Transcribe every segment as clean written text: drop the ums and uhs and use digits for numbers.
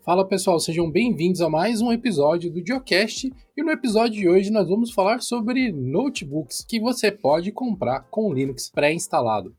Fala pessoal, sejam bem-vindos a mais um episódio do Geocast e no episódio de hoje nós vamos falar sobre notebooks que você pode comprar com Linux pré-instalado.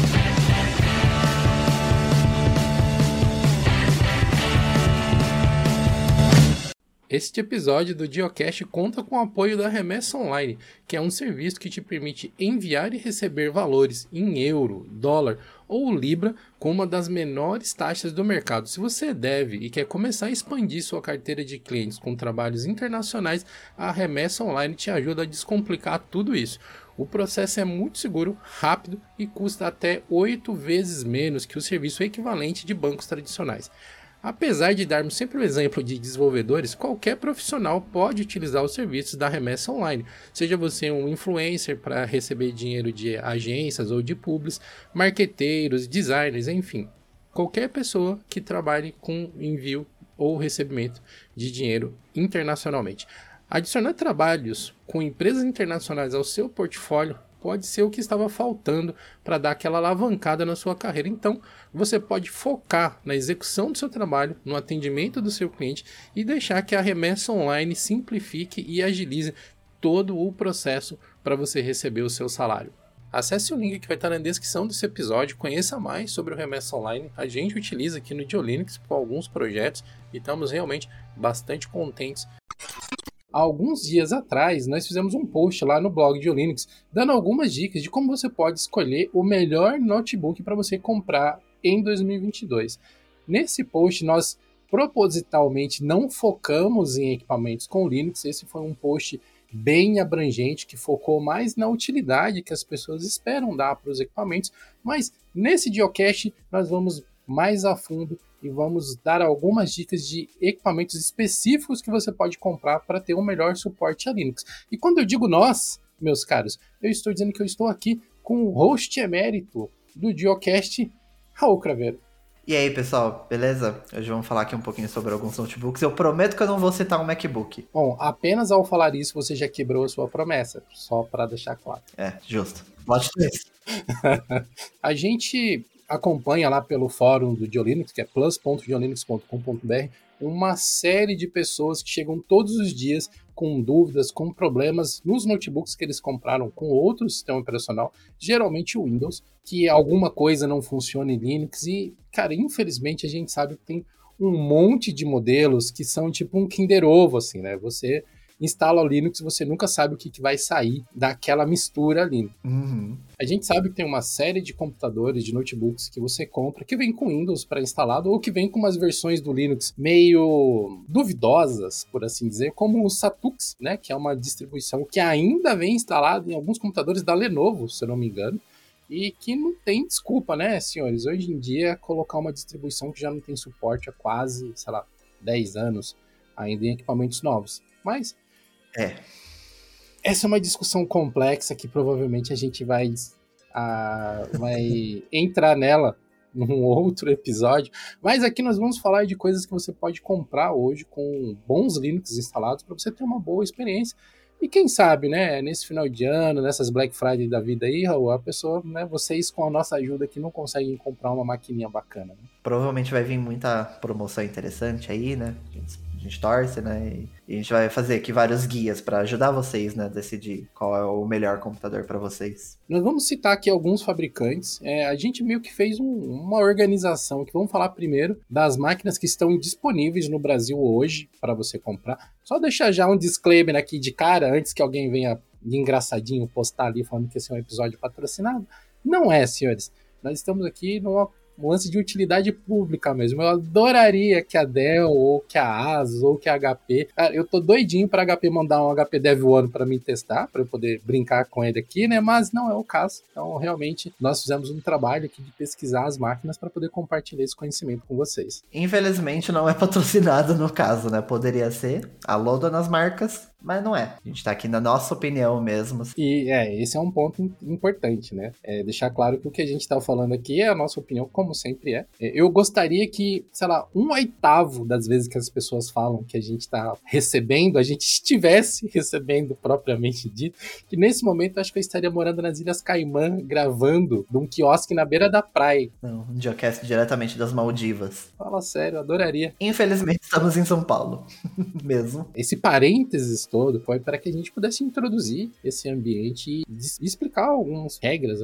Este episódio do Geocast conta com o apoio da Remessa Online, que é um serviço que te permite enviar e receber valores em euro, dólar ou libra com uma das menores taxas do mercado. Se você deve e quer começar a expandir sua carteira de clientes com trabalhos internacionais, a Remessa Online te ajuda a descomplicar tudo isso. O processo é muito seguro, rápido e custa até 8 vezes menos que o serviço equivalente de bancos tradicionais. Apesar de darmos sempre o exemplo de desenvolvedores, qualquer profissional pode utilizar os serviços da Remessa Online. Seja você um influencer para receber dinheiro de agências ou de publis, marqueteiros, designers, enfim. Qualquer pessoa que trabalhe com envio ou recebimento de dinheiro internacionalmente. Adicionar trabalhos com empresas internacionais ao seu portfólio pode ser o que estava faltando para dar aquela alavancada na sua carreira. Então, você pode focar na execução do seu trabalho, no atendimento do seu cliente e deixar que a Remessa Online simplifique e agilize todo o processo para você receber o seu salário. Acesse o link que vai estar na descrição desse episódio, conheça mais sobre o Remessa Online. A gente utiliza aqui no GeoLinux para alguns projetos e estamos realmente bastante contentes. Há alguns dias atrás, nós fizemos um post lá no blog de Linux, dando algumas dicas de como você pode escolher o melhor notebook para você comprar em 2022. Nesse post, nós propositalmente não focamos em equipamentos com Linux. Esse foi um post bem abrangente, que focou mais na utilidade que as pessoas esperam dar para os equipamentos. Mas nesse Geocast, nós vamos mais a fundo e vamos dar algumas dicas de equipamentos específicos que você pode comprar para ter um melhor suporte a Linux. E quando eu digo nós, meus caros, eu estou dizendo que eu estou aqui com o host emérito do Geocast, Raul Craveiro. E aí, pessoal, beleza? Hoje vamos falar aqui um pouquinho sobre alguns notebooks. Eu prometo que eu não vou citar um MacBook. Bom, apenas ao falar isso você já quebrou a sua promessa, só para deixar claro. É, justo. Plot twist. A gente acompanha lá pelo fórum do GeoLinux, que é plus.geolinux.com.br, uma série de pessoas que chegam todos os dias com dúvidas, com problemas nos notebooks que eles compraram com outro sistema operacional, geralmente o Windows, que alguma coisa não funciona em Linux e, cara, infelizmente a gente sabe que tem um monte de modelos que são tipo um Kinder Ovo, assim, né? Você instala o Linux e você nunca sabe o que vai sair daquela mistura ali. Uhum. A gente sabe que tem uma série de computadores, de notebooks que você compra, que vem com Windows pré-instalado ou que vem com umas versões do Linux meio duvidosas, por assim dizer, como o Satux, né, que é uma distribuição que ainda vem instalada em alguns computadores da Lenovo, se eu não me engano, e que não tem desculpa, né, senhores? Hoje em dia, colocar uma distribuição que já não tem suporte há quase, 10 anos, ainda em equipamentos novos. Mas essa é uma discussão complexa que provavelmente a gente vai entrar nela num outro episódio. Mas aqui nós vamos falar de coisas que você pode comprar hoje com bons Linux instalados para você ter uma boa experiência. E quem sabe, né, nesse final de ano, nessas Black Friday da vida aí, Raul, a pessoa, né, vocês com a nossa ajuda aqui não conseguem comprar uma maquininha bacana. Né? Provavelmente vai vir muita promoção interessante aí, né? A gente torce, né? E a gente vai fazer aqui vários guias para ajudar vocês, né? Decidir qual é o melhor computador para vocês. Nós vamos citar aqui alguns fabricantes. A gente meio que fez uma organização que vamos falar primeiro das máquinas que estão disponíveis no Brasil hoje para você comprar. Só deixar já um disclaimer aqui de cara, antes que alguém venha de engraçadinho postar ali falando que esse é um episódio patrocinado. Não é, senhores. Nós estamos aqui numa lance de utilidade pública mesmo. Eu adoraria que a Dell, ou que a Asus, ou que a HP... Cara, eu tô doidinho pra HP mandar um HP Dev One pra mim testar, pra eu poder brincar com ele aqui, né? Mas não é o caso. Então, realmente, nós fizemos um trabalho aqui de pesquisar as máquinas pra poder compartilhar esse conhecimento com vocês. Infelizmente, não é patrocinado no caso, né? Poderia ser. Alô, donas marcas. mas não é. A gente tá aqui na nossa opinião mesmo. E esse é um ponto importante, né? Deixar claro que o que a gente tá falando aqui é a nossa opinião, como sempre é. Eu gostaria que, sei lá, 1/8 das vezes que as pessoas falam que a gente tá recebendo, a gente estivesse recebendo propriamente dito, que nesse momento eu acho que eu estaria morando nas Ilhas Caimã, gravando de um quiosque na beira da praia. Não, um geocast diretamente das Maldivas. Fala sério, eu adoraria. Infelizmente estamos em São Paulo, mesmo. Esse parênteses todo foi para que a gente pudesse introduzir esse ambiente e explicar algumas regras,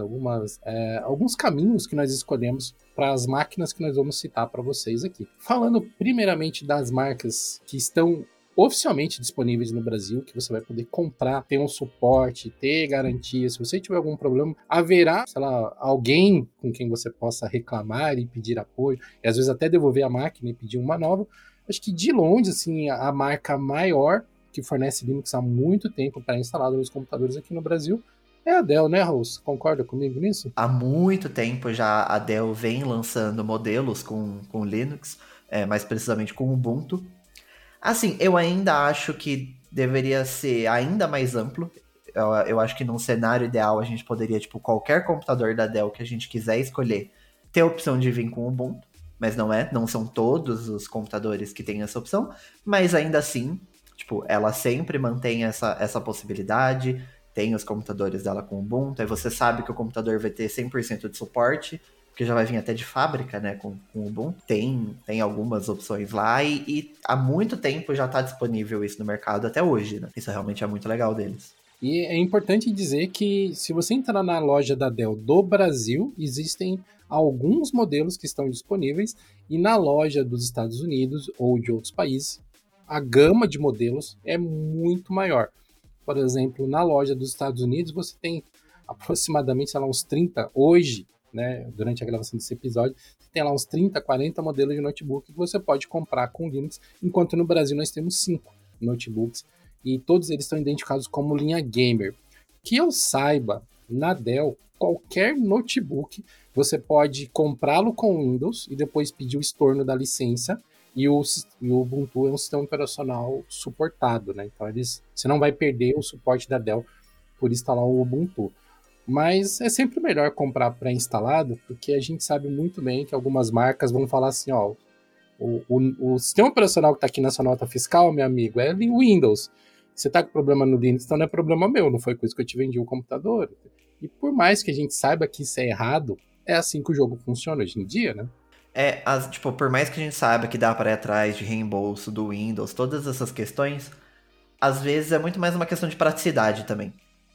alguns caminhos que nós escolhemos para as máquinas que nós vamos citar para vocês aqui. Falando primeiramente das marcas que estão oficialmente disponíveis no Brasil, que você vai poder comprar, ter um suporte, ter garantia. Se você tiver algum problema, haverá, sei lá, alguém com quem você possa reclamar e pedir apoio, e às vezes até devolver a máquina e pedir uma nova. Acho que de longe, assim, a marca maior que fornece Linux há muito tempo para instalado nos computadores aqui no Brasil é a Dell, né, Raul? Você concorda comigo nisso? Há muito tempo já a Dell vem lançando modelos com Linux, mais precisamente com Ubuntu. Assim, eu ainda acho que deveria ser ainda mais amplo. Eu acho que num cenário ideal a gente poderia, tipo, qualquer computador da Dell que a gente quiser escolher, ter a opção de vir com Ubuntu. Mas não são todos os computadores que têm essa opção. Mas ainda assim, tipo, ela sempre mantém essa possibilidade. Tem os computadores dela com Ubuntu. Aí você sabe que o computador vai ter 100% de suporte, porque já vai vir até de fábrica, né, com o Ubuntu. Tem algumas opções lá e há muito tempo já está disponível isso no mercado até hoje, né? Isso realmente é muito legal deles. E é importante dizer que se você entrar na loja da Dell do Brasil, existem alguns modelos que estão disponíveis e na loja dos Estados Unidos ou de outros países, a gama de modelos é muito maior. Por exemplo, na loja dos Estados Unidos você tem aproximadamente, sei lá, uns 30 hoje, né, durante a gravação desse episódio, tem lá uns 30, 40 modelos de notebook que você pode comprar com Linux, enquanto no Brasil nós temos 5 notebooks e todos eles estão identificados como linha gamer. Que eu saiba, na Dell, qualquer notebook você pode comprá-lo com Windows e depois pedir o estorno da licença. E o Ubuntu é um sistema operacional suportado, né? Então você não vai perder o suporte da Dell por instalar o Ubuntu. Mas é sempre melhor comprar pré-instalado, porque a gente sabe muito bem que algumas marcas vão falar assim, ó, o sistema operacional que está aqui nessa nota fiscal, meu amigo, é Windows. Você está com problema no Linux, então não é problema meu, não foi com isso que eu te vendi o computador. E por mais que a gente saiba que isso é errado, é assim que o jogo funciona hoje em dia, né? Tipo, por mais que a gente saiba que dá para ir atrás de reembolso do Windows, todas essas questões, às vezes é muito mais uma questão de praticidade também.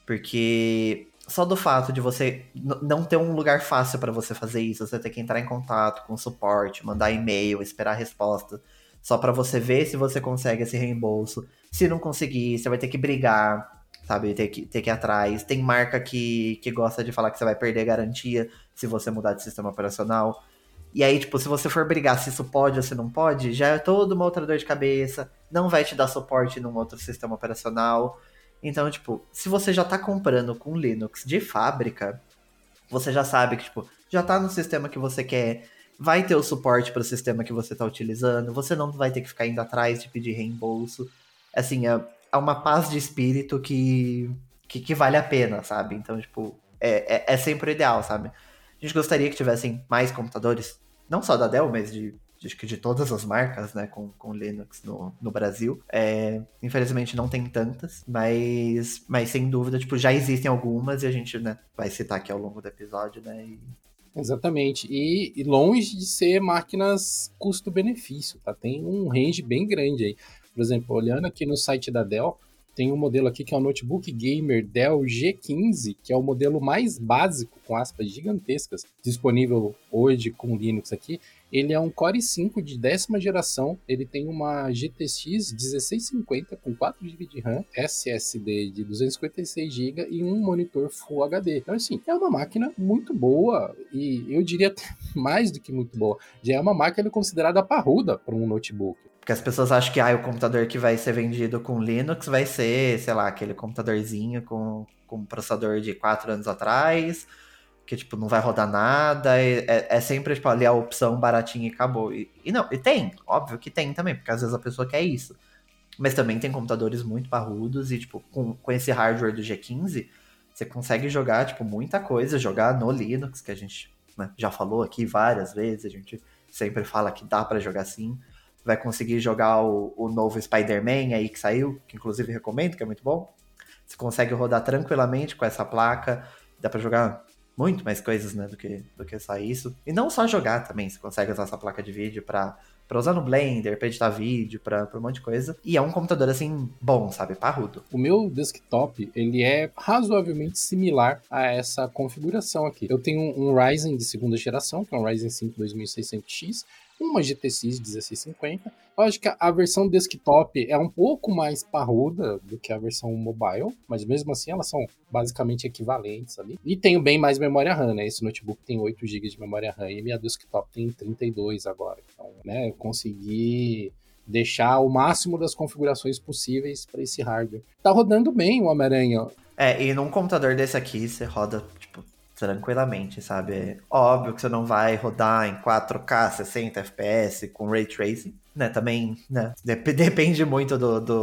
Porque só do fato de você não ter um lugar fácil para você fazer isso, você ter que entrar em contato com o suporte, mandar e-mail, esperar a resposta, só para você ver se você consegue esse reembolso. Se não conseguir, você vai ter que brigar, sabe? Ter que ir atrás. Tem marca que gosta de falar que você vai perder a garantia se você mudar de sistema operacional. E aí, tipo, se você for brigar se isso pode ou se não pode, já é toda uma outra dor de cabeça, não vai te dar suporte num outro sistema operacional. Então, tipo, se você já tá comprando com Linux de fábrica, você já sabe que, tipo, já tá no sistema que você quer, vai ter o suporte para o sistema que você tá utilizando, você não vai ter que ficar indo atrás de pedir reembolso. Assim, é uma paz de espírito que vale a pena, sabe? Então, tipo, é sempre o ideal, sabe? A gente gostaria que tivessem mais computadores, não só da Dell, mas acho que de todas as marcas, né, com Linux no Brasil. Infelizmente não tem tantas, mas sem dúvida, tipo, já existem algumas e a gente, né, vai citar aqui ao longo do episódio, né. Exatamente. E longe de ser máquinas custo-benefício, tá? Tem um range bem grande aí. Por exemplo, olhando aqui no site da Dell, tem um modelo aqui que é o Notebook Gamer Dell G15, que é o modelo mais básico, com aspas gigantescas, disponível hoje com Linux aqui. Ele é um Core i5 de 10ª geração, ele tem uma GTX 1650 com 4 GB de RAM, SSD de 256 GB e um monitor Full HD. Então, assim, é uma máquina muito boa e eu diria até mais do que muito boa. Já é uma máquina considerada parruda para um notebook. Porque as pessoas acham que o computador que vai ser vendido com Linux vai ser, sei lá, aquele computadorzinho com processador de 4 anos atrás, que, tipo, não vai rodar nada, é sempre, tipo, ali a opção baratinha e acabou. E não, e tem, óbvio que tem também, porque às vezes a pessoa quer isso. Mas também tem computadores muito parrudos e, tipo, com esse hardware do G15, você consegue jogar, tipo, muita coisa, jogar no Linux, que a gente, né, já falou aqui várias vezes, a gente sempre fala que dá pra jogar sim. Vai conseguir jogar o novo Spider-Man aí que saiu, que inclusive recomendo, que é muito bom. Você consegue rodar tranquilamente com essa placa, dá pra jogar muito mais coisas, né, do que só isso. E não só jogar também, você consegue usar essa placa de vídeo pra usar no Blender, pra editar vídeo, pra um monte de coisa. E é um computador, assim, bom, sabe? Parrudo. O meu desktop, ele é razoavelmente similar a essa configuração aqui. Eu tenho um Ryzen de segunda geração, que é um Ryzen 5 2600X, uma GTX 1650. Lógico que a versão desktop é um pouco mais parruda do que a versão mobile, mas mesmo assim elas são basicamente equivalentes ali. E tenho bem mais memória RAM, né? Esse notebook tem 8 GB de memória RAM e minha desktop tem 32 agora. Então, né, eu consegui deixar o máximo das configurações possíveis para esse hardware. Tá rodando bem o Homem-Aranha. E num computador desse aqui, você roda, tipo, tranquilamente, sabe? É óbvio que você não vai rodar em 4K, 60 FPS com Ray Tracing, né? Também, né? Depende muito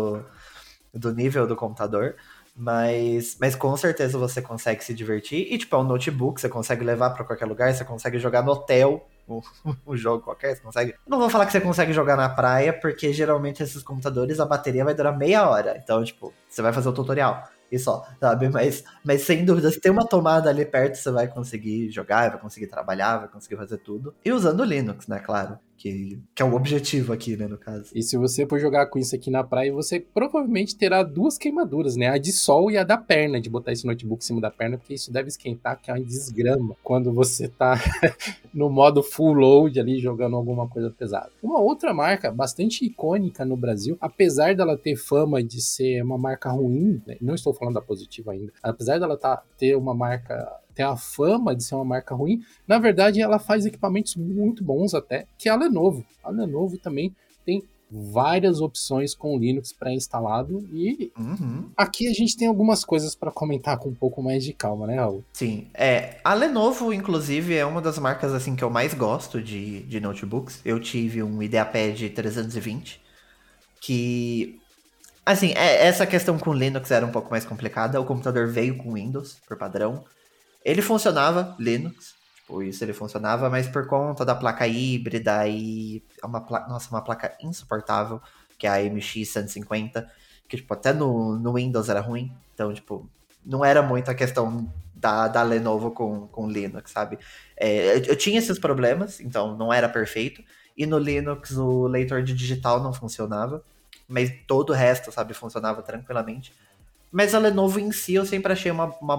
do nível do computador. Mas com certeza você consegue se divertir. E, tipo, é um notebook, você consegue levar pra qualquer lugar, você consegue jogar no hotel o jogo qualquer, você consegue. Eu não vou falar que você consegue jogar na praia, porque geralmente esses computadores a bateria vai durar meia hora. Então, tipo, você vai fazer o tutorial. E só, sabe? Mas sem dúvida, se tem uma tomada ali perto, você vai conseguir jogar, vai conseguir trabalhar, vai conseguir fazer tudo. E usando o Linux, né, claro. Que é o objetivo aqui, né, no caso. E se você for jogar com isso aqui na praia, você provavelmente terá duas queimaduras, né? A de sol e a da perna, de botar esse notebook em cima da perna, porque isso deve esquentar, que é uma desgrama quando você tá no modo full load ali, jogando alguma coisa pesada. Uma outra marca bastante icônica no Brasil, apesar dela ter fama de ser uma marca ruim, né? Não estou falando da positiva ainda, apesar dela ter uma marca, ter a fama de ser uma marca ruim, na verdade ela faz equipamentos muito bons até, que é a Lenovo. A Lenovo também tem várias opções com Linux pré-instalado e aqui a gente tem algumas coisas para comentar com um pouco mais de calma, né, Raul? Sim, a Lenovo, inclusive, é uma das marcas assim que eu mais gosto de notebooks. Eu tive um IdeaPad 320, que, assim, essa questão com Linux era um pouco mais complicada. O computador veio com Windows, por padrão. Ele funcionava, Linux, tipo, isso ele funcionava, mas por conta da placa híbrida e uma placa insuportável, que é a AMX 150, que, tipo, até no Windows era ruim. Então, tipo, não era muito a questão da Lenovo com Linux, sabe? Eu tinha esses problemas, então não era perfeito. E no Linux o leitor de digital não funcionava, mas todo o resto, sabe, funcionava tranquilamente. Mas a Lenovo em si eu sempre achei uma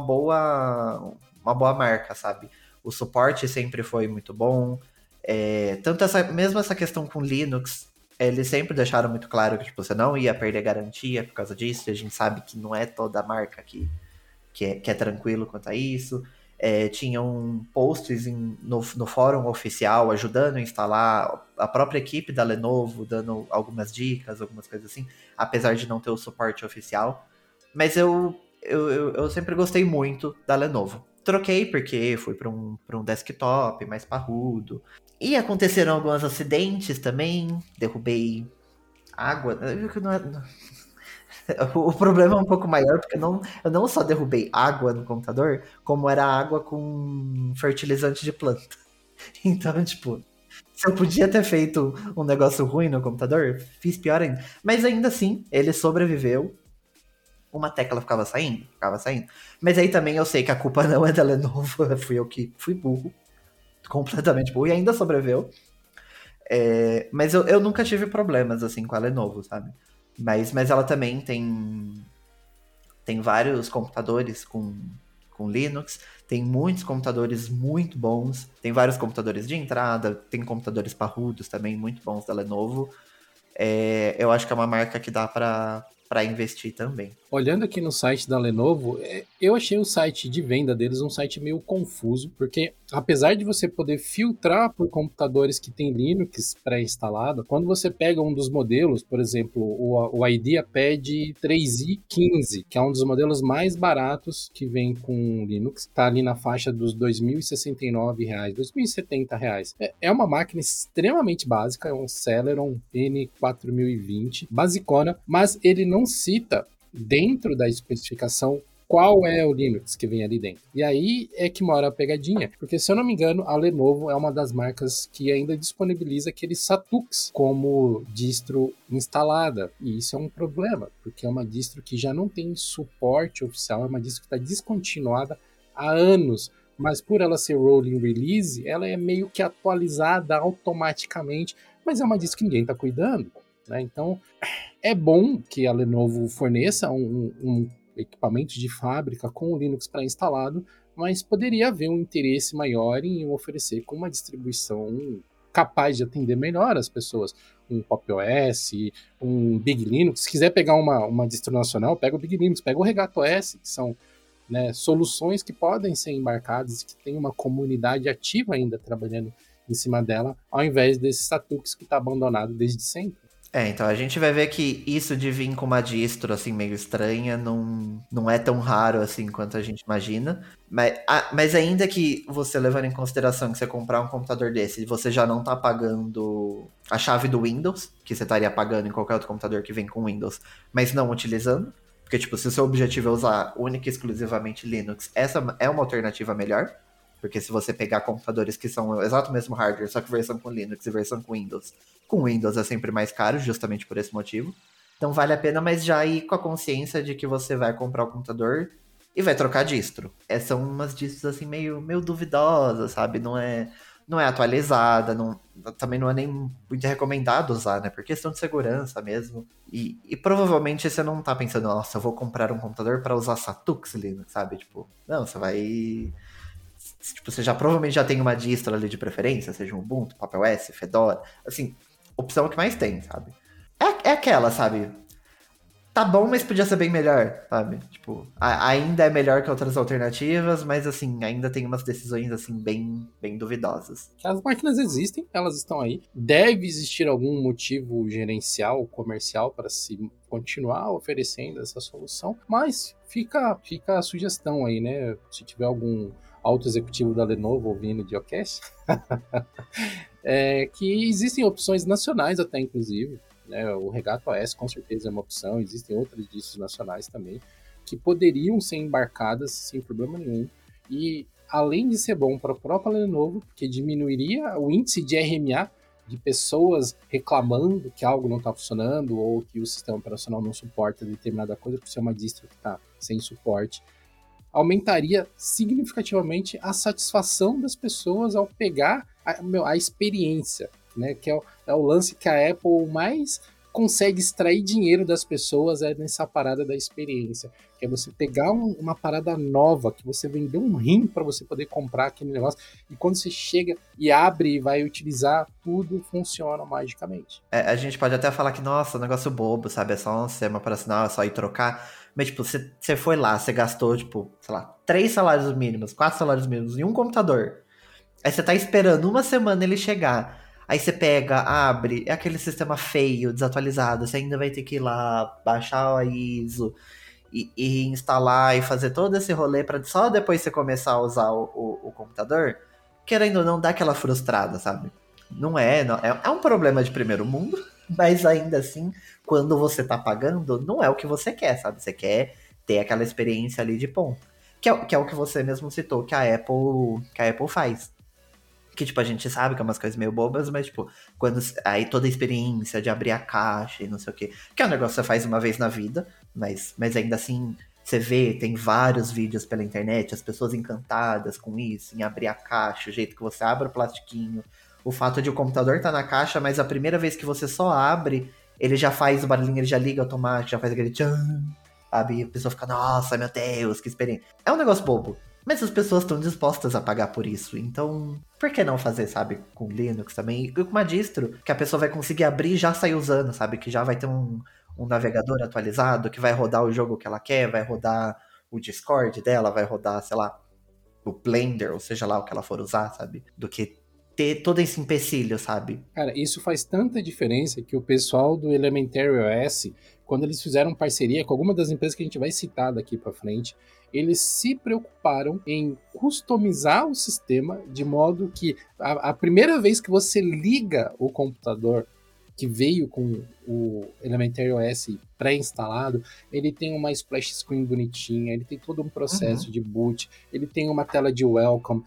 boa marca, sabe? O suporte sempre foi muito bom. Tanto mesmo essa questão com Linux, eles sempre deixaram muito claro que tipo, você não ia perder garantia por causa disso. A gente sabe que não é toda marca que é tranquilo quanto a isso. Tinham posts no fórum oficial ajudando a instalar, a própria equipe da Lenovo dando algumas dicas, algumas coisas assim, apesar de não ter o suporte oficial. Mas eu sempre gostei muito da Lenovo. Troquei porque fui para um desktop mais parrudo. E aconteceram alguns acidentes também. Derrubei água. O problema é um pouco maior, porque eu não só derrubei água no computador, como era água com fertilizante de planta. Então, tipo, se eu podia ter feito um negócio ruim no computador, fiz pior ainda. Mas ainda assim, ele sobreviveu. Uma tecla ficava saindo. Mas aí também eu sei que a culpa não é da Lenovo, fui eu que fui burro. Completamente burro, e ainda sobreviveu. Mas eu nunca tive problemas, assim, com a Lenovo, sabe? Mas ela também tem vários computadores com Linux, tem muitos computadores muito bons, tem vários computadores de entrada, tem computadores parrudos também, muito bons da Lenovo. Eu acho que é uma marca que dá para investir também. Olhando aqui no site da Lenovo, eu achei o site de venda deles um site meio confuso, porque apesar de você poder filtrar por computadores que tem Linux pré-instalado, quando você pega um dos modelos, por exemplo, o IdeaPad 3i15, que é um dos modelos mais baratos que vem com Linux, está ali na faixa dos R$ 2.069, R$ 2.070. É uma máquina extremamente básica, é um Celeron N4020, basicona, mas ele não cita dentro da especificação qual é o Linux que vem ali dentro. E aí é que mora a pegadinha, porque se eu não me engano, a Lenovo é uma das marcas que ainda disponibiliza aquele Satux como distro instalada, e isso é um problema, porque é uma distro que já não tem suporte oficial, é uma distro que está descontinuada há anos, mas por ela ser rolling release, ela é meio que atualizada automaticamente, mas é uma distro que ninguém está cuidando, né? Então, é bom que a Lenovo forneça um equipamento de fábrica com o Linux pré-instalado, mas poderia haver um interesse maior em oferecer com uma distribuição capaz de atender melhor as pessoas. Um Pop! OS, um Big Linux. Se quiser pegar uma distro nacional, pega o Big Linux, pega o Regato OS, que são, né, soluções que podem ser embarcadas e que tem uma comunidade ativa ainda trabalhando em cima dela, ao invés desse Satux que está abandonado desde sempre. Então a gente vai ver que isso de vir com uma distro, assim, meio estranha, não é tão raro, assim, quanto a gente imagina. Mas ainda que você levando em consideração que você comprar um computador desse e você já não tá pagando a chave do Windows, que você estaria pagando em qualquer outro computador que vem com Windows, mas não utilizando, porque, tipo, se o seu objetivo é usar única e exclusivamente Linux, essa é uma alternativa melhor. Porque se você pegar computadores que são o exato mesmo hardware, só que versão com Linux e versão com Windows é sempre mais caro, justamente por esse motivo. Então vale a pena, mas já ir com a consciência de que você vai comprar o computador e vai trocar distro. São umas distros assim meio duvidosas, sabe? Não é atualizada, também não é nem muito recomendado usar, né? Por questão de segurança mesmo. E provavelmente você não tá pensando, nossa, eu vou comprar um computador para usar Satux Linux, sabe? Tipo, não, você vai... Tipo, você provavelmente já tem uma distro ali de preferência, seja um Ubuntu, Pop! OS, Fedora, assim, opção que mais tem, sabe? É aquela, sabe? Tá bom, mas podia ser bem melhor, sabe? Tipo, ainda é melhor que outras alternativas, mas assim, ainda tem umas decisões assim bem duvidosas. As máquinas existem, elas estão aí. Deve existir algum motivo gerencial, comercial para se continuar oferecendo essa solução, mas fica a sugestão aí, né? Se tiver algum alto executivo da Lenovo ouvindo o Diocast, que existem opções nacionais até, inclusive, né? O Regato OS com certeza é uma opção, existem outras distros nacionais também, que poderiam ser embarcadas sem problema nenhum, e além de ser bom para a própria Lenovo, porque diminuiria o índice de RMA, de pessoas reclamando que algo não está funcionando ou que o sistema operacional não suporta determinada coisa por ser uma distro que está sem suporte, aumentaria significativamente a satisfação das pessoas ao pegar a experiência, né? Que é o lance que a Apple mais consegue extrair dinheiro das pessoas nessa parada da experiência, que é você pegar uma parada nova, que você vendeu um rim para você poder comprar aquele negócio, e quando você chega e abre e vai utilizar, tudo funciona magicamente. A gente pode até falar que, nossa, negócio bobo, sabe? É só um sistema operacional, é só ir trocar. Mas, tipo, você foi lá, você gastou, tipo, sei lá, 3 salários mínimos, 4 salários mínimos em um computador. Aí você tá esperando uma semana ele chegar. Aí você pega, abre, é aquele sistema feio, desatualizado. Você ainda vai ter que ir lá, baixar a ISO e instalar e fazer todo esse rolê pra só depois você começar a usar o computador. Querendo ou não, dá aquela frustrada, sabe? É um problema de primeiro mundo, mas ainda assim, quando você tá pagando, não é o que você quer, sabe? Você quer ter aquela experiência ali de ponta. Que é o que você mesmo citou, que a Apple faz. Que, tipo, a gente sabe que é umas coisas meio bobas, mas, tipo, aí toda a experiência de abrir a caixa e não sei o quê. Que é um negócio que você faz uma vez na vida, mas ainda assim, você vê, tem vários vídeos pela internet, as pessoas encantadas com isso, em abrir a caixa, o jeito que você abre o plastiquinho, o fato de o computador tá na caixa, mas a primeira vez que você só abre, ele já faz o barulhinho, ele já liga automático, já faz aquele tchan, sabe? E a pessoa fica, nossa, meu Deus, que experiência. É um negócio bobo. Mas as pessoas estão dispostas a pagar por isso. Então, por que não fazer, sabe? Com Linux também. E com uma distro que a pessoa vai conseguir abrir e já sair usando, sabe? Que já vai ter um navegador atualizado que vai rodar o jogo que ela quer, vai rodar o Discord dela, vai rodar, sei lá, o Blender, ou seja lá o que ela for usar, sabe? Do que ter todo esse empecilho, sabe? Cara, isso faz tanta diferença que o pessoal do Elementary OS, quando eles fizeram parceria com alguma das empresas que a gente vai citar daqui para frente, eles se preocuparam em customizar o sistema de modo que a primeira vez que você liga o computador que veio com o Elementary OS pré-instalado, ele tem uma splash screen bonitinha, ele tem todo um processo de boot, ele tem uma tela de welcome,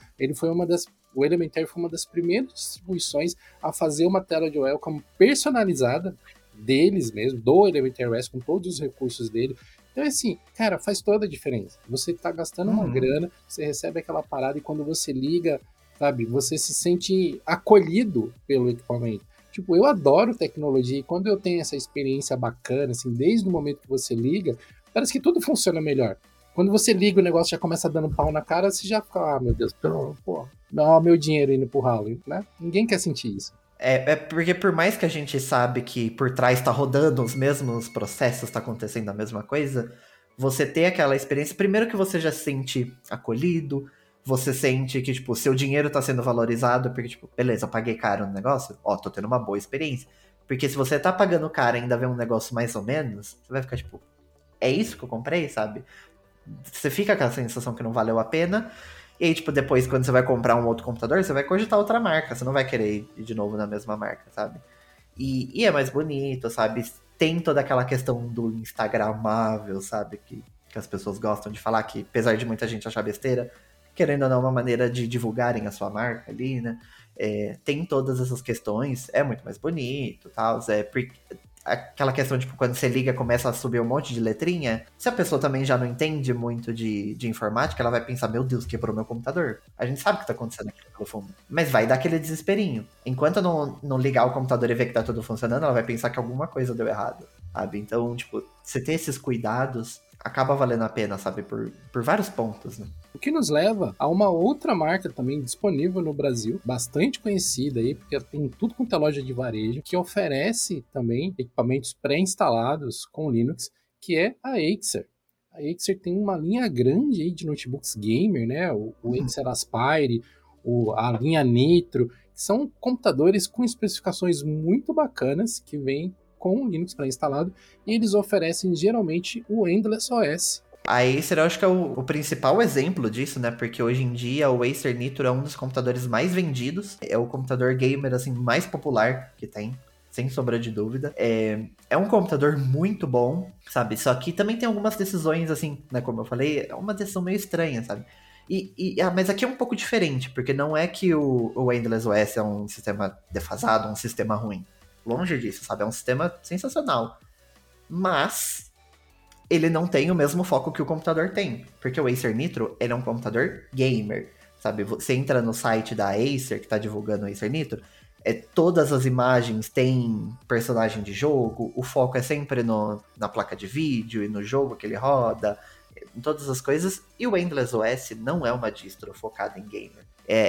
o Elementary foi uma das primeiras distribuições a fazer uma tela de welcome personalizada deles mesmo, do Elementary OS, com todos os recursos dele. Então, assim, cara, faz toda a diferença. Você tá gastando uma grana, você recebe aquela parada e quando você liga, sabe, você se sente acolhido pelo equipamento. Tipo, eu adoro tecnologia e quando eu tenho essa experiência bacana, assim, desde o momento que você liga, parece que tudo funciona melhor. Quando você liga o negócio já começa dando pau na cara, você já fica, meu Deus, pô, não, meu dinheiro indo pro ralo, né? Ninguém quer sentir isso. É porque por mais que a gente sabe que por trás tá rodando os mesmos processos, tá acontecendo a mesma coisa, você ter aquela experiência, primeiro que você já se sente acolhido, você sente que, tipo, seu dinheiro tá sendo valorizado, porque, tipo, beleza, eu paguei caro no negócio, ó, tô tendo uma boa experiência. Porque se você tá pagando caro e ainda vê um negócio mais ou menos, você vai ficar, tipo, é isso que eu comprei, sabe? Você fica com a sensação que não valeu a pena. E aí, tipo, depois, quando você vai comprar um outro computador, você vai cogitar outra marca. Você não vai querer ir de novo na mesma marca, sabe? E é mais bonito, sabe? Tem toda aquela questão do Instagramável, sabe? Que as pessoas gostam de falar, que apesar de muita gente achar besteira, querendo ou não, é uma maneira de divulgarem a sua marca ali, né? Tem todas essas questões, é muito mais bonito, tal. Aquela questão, tipo, quando você liga começa a subir um monte de letrinha. Se a pessoa também já não entende muito de informática, ela vai pensar, meu Deus, quebrou meu computador. A gente sabe o que tá acontecendo aqui pelo fundo. Mas vai dar aquele desesperinho. Enquanto não ligar o computador e ver que tá tudo funcionando, ela vai pensar que alguma coisa deu errado, sabe? Então, tipo, você ter esses cuidados acaba valendo a pena, sabe? Por vários pontos, né? O que nos leva a uma outra marca também disponível no Brasil, bastante conhecida aí, porque tem tudo quanto é loja de varejo, que oferece também equipamentos pré-instalados com Linux, que é a Acer. A Acer tem uma linha grande aí de notebooks gamer, né? O Acer Aspire, a linha Nitro, que são computadores com especificações muito bacanas que vêm com o Linux pré-instalado e eles oferecem geralmente o Endless OS. A Acer eu acho que é o principal exemplo disso, né? Porque hoje em dia o Acer Nitro é um dos computadores mais vendidos. É o computador gamer, assim, mais popular que tem, sem sombra de dúvida. É um computador muito bom, sabe? Só que também tem algumas decisões, assim, né? Como eu falei, é uma decisão meio estranha, sabe? Mas aqui é um pouco diferente, porque não é que o Endless OS é um sistema defasado, um sistema ruim. Longe disso, sabe? É um sistema sensacional. Mas ele não tem o mesmo foco que o computador tem. Porque o Acer Nitro, ele é um computador gamer, sabe? Você entra no site da Acer, que tá divulgando o Acer Nitro, todas as imagens têm personagem de jogo, o foco é sempre na placa de vídeo e no jogo que ele roda, em todas as coisas. E o Endless OS não é uma distro focada em gamer.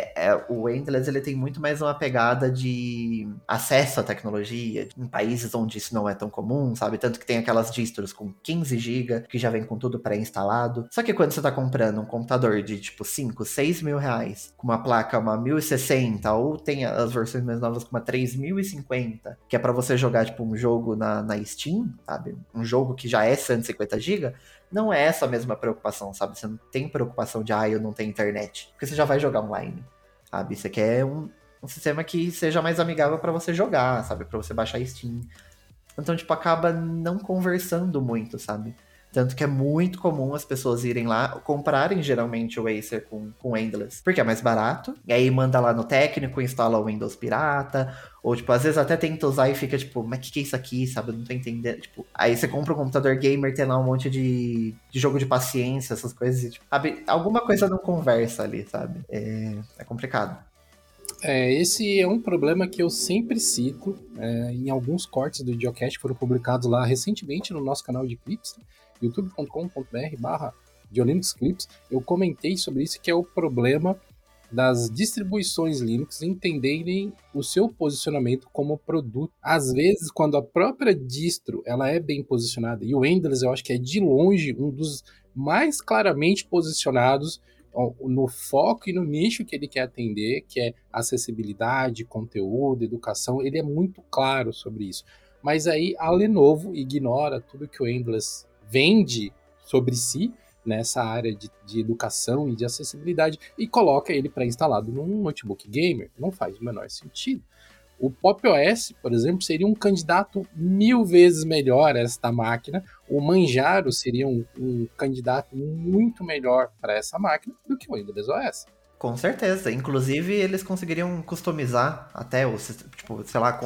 O Endless ele tem muito mais uma pegada de acesso à tecnologia em países onde isso não é tão comum, sabe? Tanto que tem aquelas distros com 15 GB que já vem com tudo pré-instalado. Só que quando você tá comprando um computador de tipo 5, 6 mil reais, com uma placa uma 1060, ou tem as versões mais novas com uma 3050, que é para você jogar tipo um jogo na Steam, sabe? Um jogo que já é 150 GB, não é essa a mesma preocupação, sabe? Você não tem preocupação de, eu não tenho internet. Porque você já vai jogar online, sabe? Você quer um sistema que seja mais amigável para você jogar, sabe? Para você baixar Steam. Então, tipo, acaba não conversando muito, sabe? Tanto que é muito comum as pessoas irem lá, comprarem geralmente o Acer com Endless, porque é mais barato, e aí manda lá no técnico, instala o Windows pirata, ou tipo, às vezes até tenta usar e fica tipo, mas que é isso aqui, sabe? Eu não tô entendendo. Tipo, aí você compra um computador gamer, tem lá um monte de jogo de paciência, essas coisas, e, tipo, sabe? Alguma coisa não conversa ali, sabe? É complicado. Esse é um problema que eu sempre cito em alguns cortes do Geocast que foram publicados lá recentemente no nosso canal de clips, youtube.com.br/DioLinuxClips. Eu comentei sobre isso, que é o problema das distribuições Linux entenderem o seu posicionamento como produto. Às vezes, quando a própria distro ela é bem posicionada, e o Endless eu acho que é de longe um dos mais claramente posicionados no foco e no nicho que ele quer atender, que é acessibilidade, conteúdo, educação, ele é muito claro sobre isso. Mas aí a Lenovo ignora tudo que o Endless vende sobre si, nessa área de educação e de acessibilidade, e coloca ele pré-instalado num notebook gamer. Não faz o menor sentido. O Pop OS, por exemplo, seria um candidato 1000 vezes melhor a esta máquina. O Manjaro seria um candidato muito melhor para essa máquina do que o Windows OS. Com certeza. Inclusive, eles conseguiriam customizar até o sistema, tipo, sei lá,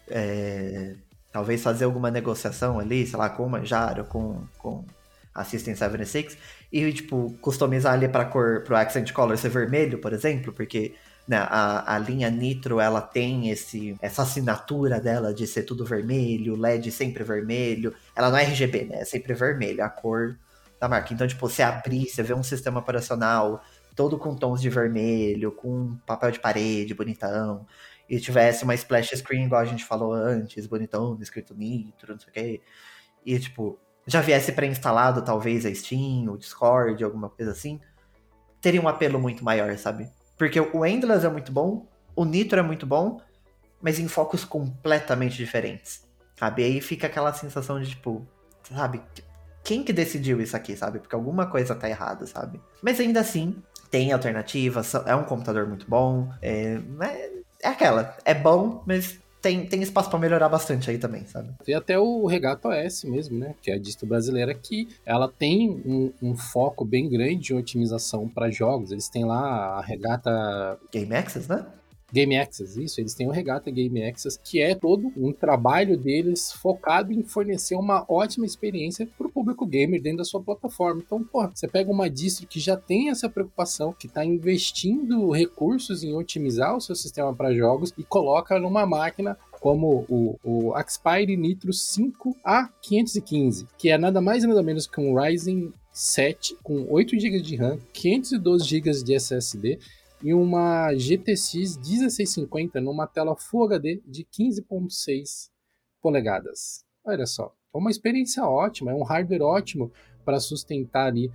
talvez fazer alguma negociação ali, sei lá, com o Manjaro, com a System 76, e, tipo, customizar ali para cor, pro Accent Color ser vermelho, por exemplo, porque né, a linha Nitro, ela tem essa assinatura dela de ser tudo vermelho, LED sempre vermelho. Ela não é RGB, né? É sempre vermelho, a cor da marca. Então, tipo, você abrir, você vê um sistema operacional todo com tons de vermelho, com papel de parede bonitão, e tivesse uma splash screen, igual a gente falou antes, bonitão, escrito Nitro, não sei o quê. E, tipo, já viesse pré-instalado, talvez, a Steam, o Discord, alguma coisa assim, teria um apelo muito maior, sabe? Porque o Endless é muito bom, o Nitro é muito bom, mas em focos completamente diferentes, sabe? E aí fica aquela sensação de, tipo, sabe? Quem que decidiu isso aqui, sabe? Porque alguma coisa tá errada, sabe? Mas ainda assim, tem alternativas, é um computador muito bom, é aquela, é bom, mas tem espaço para melhorar bastante aí também, sabe? Tem até o Regato OS mesmo, né? Que é a distro brasileira, que ela tem um foco bem grande de otimização para jogos. Eles têm lá a Regata Game Access, né? Game Access, isso, eles têm o Regata Game Access, que é todo um trabalho deles focado em fornecer uma ótima experiência para o público gamer dentro da sua plataforma. Então, pô, você pega uma distro que já tem essa preocupação, que está investindo recursos em otimizar o seu sistema para jogos e coloca numa máquina como o Aspire Nitro 5A515, que é nada mais e nada menos que um Ryzen 7 com 8 GB de RAM, 512 GB de SSD, e uma GTX 1650 numa tela Full HD de 15.6 polegadas. Olha só, é uma experiência ótima, é um hardware ótimo para sustentar ali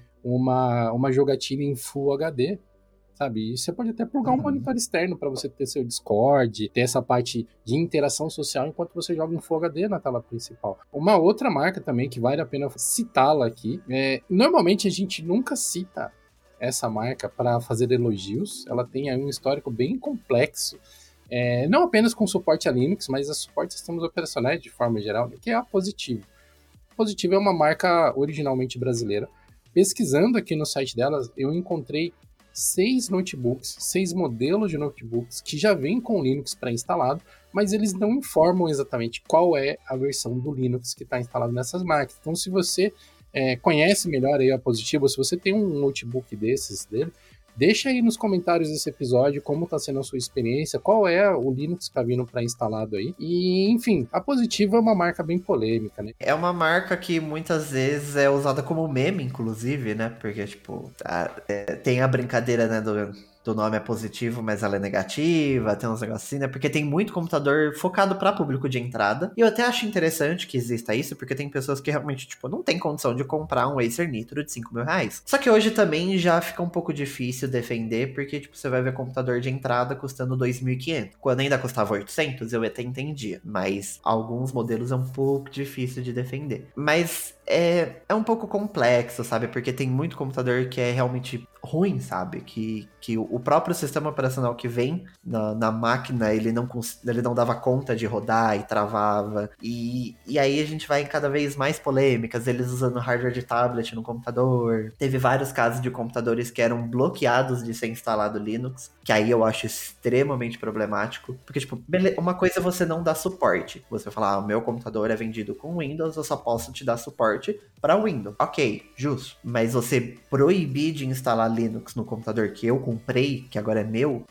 uma jogatina em Full HD, sabe? E você pode até plugar um monitor externo para você ter seu Discord, ter essa parte de interação social enquanto você joga em Full HD na tela principal. Uma outra marca também que vale a pena citá-la aqui, normalmente a gente nunca cita essa marca para fazer elogios. Ela tem aí um histórico bem complexo, não apenas com suporte a Linux, mas a suporte a sistemas operacionais de forma geral, que é a Positivo. Positivo é uma marca originalmente brasileira. Pesquisando aqui no site delas, eu encontrei 6 notebooks, 6 modelos de notebooks que já vêm com Linux pré-instalado, mas eles não informam exatamente qual é a versão do Linux que está instalado nessas máquinas. Então, se você conhece melhor aí a Positivo, se você tem um notebook desses dele, deixa aí nos comentários desse episódio como está sendo a sua experiência, qual é o Linux que está vindo pré-instalado aí. E, enfim, a Positivo é uma marca bem polêmica, né? É uma marca que muitas vezes é usada como meme, inclusive, né? Porque, tipo, tem a brincadeira, né, do nome é positivo, mas ela é negativa, tem uns negócios assim, né? Porque tem muito computador focado para público de entrada. E eu até acho interessante que exista isso, porque tem pessoas que realmente, tipo, não tem condição de comprar um Acer Nitro de 5 mil reais. Só que hoje também já fica um pouco difícil defender, porque, tipo, você vai ver computador de entrada custando 2.500. Quando ainda custava 800, eu até entendia. Mas alguns modelos é um pouco difícil de defender. Mas é um pouco complexo, sabe? Porque tem muito computador que é realmente ruim, sabe? Que o próprio sistema operacional que vem na máquina, ele não dava conta de rodar e travava. E aí a gente vai em cada vez mais polêmicas, eles usando hardware de tablet no computador. Teve vários casos de computadores que eram bloqueados de ser instalado Linux, que aí eu acho extremamente problemático. Porque, tipo, uma coisa é você não dar suporte. Você falar, o meu computador é vendido com Windows, eu só posso te dar suporte para Windows. Ok, justo. Mas você proibir de instalar Linux no computador que eu comprei, que agora é meu,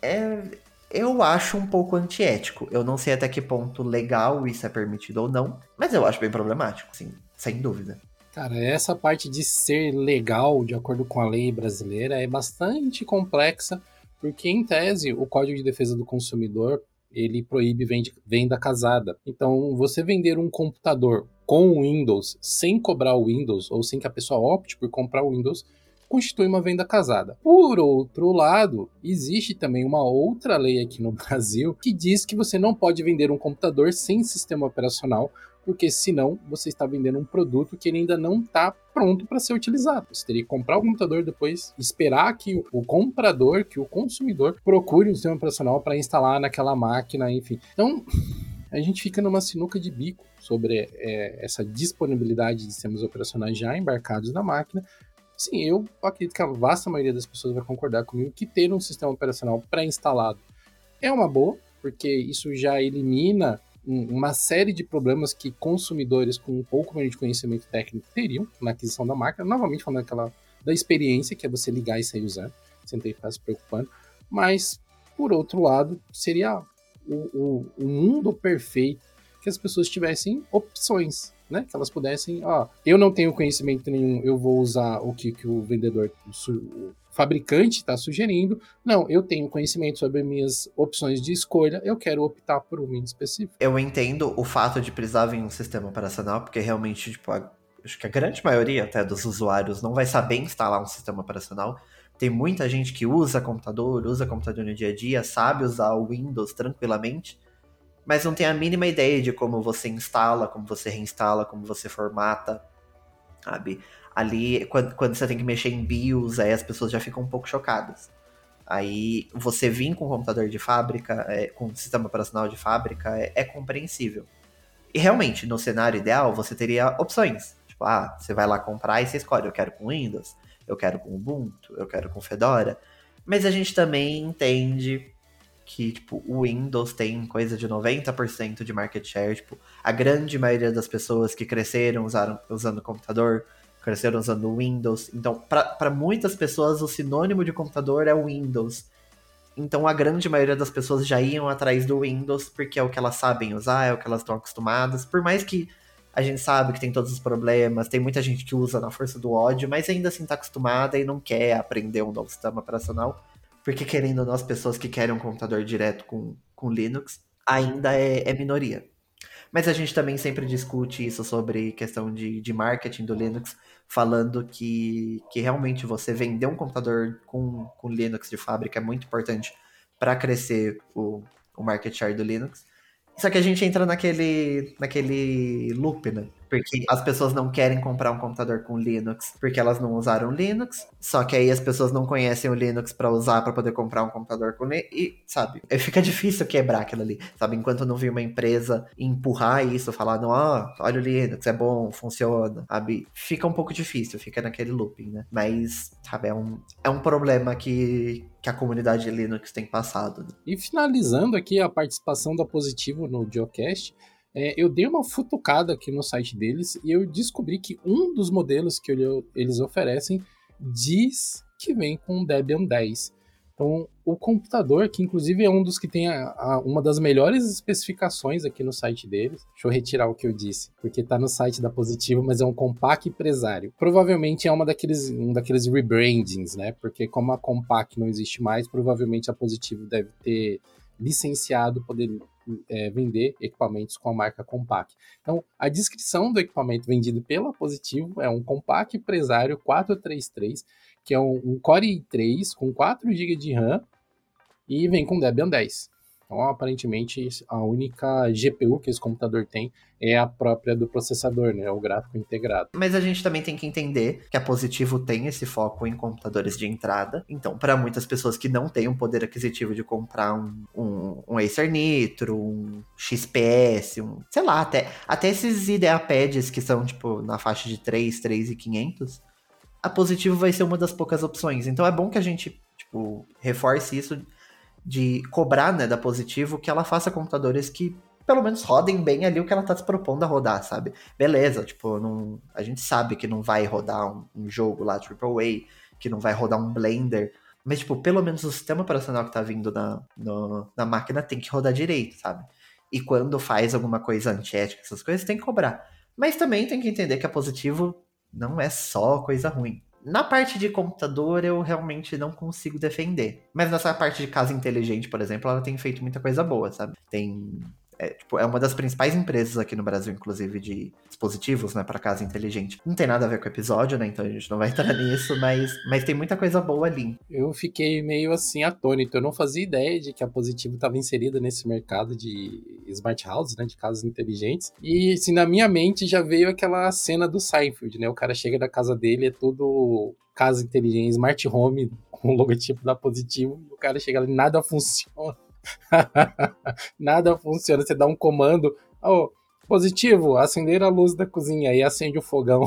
eu acho um pouco antiético. Eu não sei até que ponto legal isso é permitido ou não, mas eu acho bem problemático, sim, sem dúvida. Cara, essa parte de ser legal de acordo com a lei brasileira é bastante complexa, Porque, em tese, o Código de Defesa do Consumidor, ele proíbe venda casada. Então, você vender um computador com o Windows sem cobrar o Windows, ou sem que a pessoa opte por comprar o Windows, constitui uma venda casada. Por outro lado, existe também uma outra lei aqui no Brasil que diz que você não pode vender um computador sem sistema operacional, porque senão você está vendendo um produto que ele ainda não está pronto para ser utilizado. Você teria que comprar o computador depois, esperar que o comprador, que o consumidor, procure um sistema operacional para instalar naquela máquina, enfim. Então, a gente fica numa sinuca de bico sobre essa disponibilidade de sistemas operacionais já embarcados na máquina. Sim, eu acredito que a vasta maioria das pessoas vai concordar comigo que ter um sistema operacional pré-instalado é uma boa, porque isso já elimina uma série de problemas que consumidores com um pouco menos de conhecimento técnico teriam na aquisição da máquina. Novamente falando da experiência, que é você ligar e sair usando, sem ter que ficar se preocupando. Mas, por outro lado, seria o mundo perfeito que as pessoas tivessem opções, né? Que elas pudessem, eu não tenho conhecimento nenhum, eu vou usar o que o vendedor, o fabricante está sugerindo. Não, eu tenho conhecimento sobre minhas opções de escolha, eu quero optar por um Windows específico. Eu entendo o fato de precisar vir um sistema operacional, porque realmente, tipo, acho que a grande maioria até dos usuários não vai saber instalar um sistema operacional. Tem muita gente que usa computador no dia a dia, sabe usar o Windows tranquilamente, mas não tem a mínima ideia de como você instala, como você reinstala, como você formata, sabe? Ali, quando você tem que mexer em BIOS, aí as pessoas já ficam um pouco chocadas. Aí, você vir com um computador de fábrica, com um sistema operacional de fábrica, é compreensível. E realmente, no cenário ideal, você teria opções. Tipo, você vai lá comprar e você escolhe, eu quero com Windows, eu quero com Ubuntu, eu quero com Fedora. Mas a gente também entende que, tipo, o Windows tem coisa de 90% de market share. Tipo, a grande maioria das pessoas que cresceram usando computador, cresceram usando o Windows. Então, para muitas pessoas, o sinônimo de computador é o Windows. Então, a grande maioria das pessoas já iam atrás do Windows, porque é o que elas sabem usar, é o que elas estão acostumadas. Por mais que a gente sabe que tem todos os problemas, tem muita gente que usa na força do ódio, mas ainda assim está acostumada e não quer aprender um novo sistema operacional. Porque, querendo ou não, as pessoas que querem um computador direto com Linux ainda é minoria. Mas a gente também sempre discute isso sobre questão de marketing do Linux, falando que realmente você vender um computador com Linux de fábrica é muito importante para crescer o market share do Linux. Só que a gente entra naquele loop, né? Porque as pessoas não querem comprar um computador com Linux porque elas não usaram Linux. Só que aí as pessoas não conhecem o Linux para usar para poder comprar um computador com Linux. E, sabe, fica difícil quebrar aquilo ali, sabe? Enquanto não vir uma empresa empurrar isso, falar, não, olha o Linux, é bom, funciona, sabe? Fica um pouco difícil, fica naquele looping, né? Mas, sabe, é um problema que a comunidade de Linux tem passado. Né? E finalizando aqui a participação da Positivo no Geocast, eu dei uma futucada aqui no site deles e eu descobri que um dos modelos que eles oferecem diz que vem com Debian 10. Então, o computador, que inclusive é um dos que tem uma das melhores especificações aqui no site deles. Deixa eu retirar o que eu disse, porque está no site da Positivo, mas é um Compaq Presário. Provavelmente é um daqueles rebrandings, né? Porque como a Compaq não existe mais, provavelmente a Positivo deve ter licenciado poder vender equipamentos com a marca Compaq. Então, a descrição do equipamento vendido pela Positivo é um Compaq Presário 433, que é um Core i3 com 4 GB de RAM e vem com Debian 10. Então, aparentemente, a única GPU que esse computador tem é a própria do processador, né? O gráfico integrado. Mas a gente também tem que entender que a Positivo tem esse foco em computadores de entrada. Então, para muitas pessoas que não têm o poder aquisitivo de comprar um Acer Nitro, um XPS, sei lá, até esses IdeaPads que são, tipo, na faixa de 3.500, a Positivo vai ser uma das poucas opções. Então, é bom que a gente, tipo, reforce isso de cobrar, né, da Positivo que ela faça computadores que pelo menos rodem bem ali o que ela tá se propondo a rodar, sabe? Beleza, tipo, a gente sabe que não vai rodar um jogo lá AAA, que não vai rodar um Blender, mas, tipo, pelo menos o sistema operacional que tá vindo na máquina tem que rodar direito, sabe? E quando faz alguma coisa antiética, essas coisas, tem que cobrar. Mas também tem que entender que a Positivo não é só coisa ruim. Na parte de computador, eu realmente não consigo defender. Mas nessa parte de casa inteligente, por exemplo, ela tem feito muita coisa boa, sabe? É uma das principais empresas aqui no Brasil, inclusive, de dispositivos, né, para casa inteligente. Não tem nada a ver com o episódio, né? Então a gente não vai entrar nisso, mas tem muita coisa boa ali. Eu fiquei meio assim atônito. Eu não fazia ideia de que a Positivo estava inserida nesse mercado de smart houses, né, de casas inteligentes. E assim, na minha mente já veio aquela cena do Seinfeld, né? O cara chega da casa dele, é tudo casa inteligente, smart home, com o logotipo da Positivo. E o cara chega ali, nada funciona. Nada funciona. Você dá um comando, oh, Positivo, acender a luz da cozinha e acende o fogão.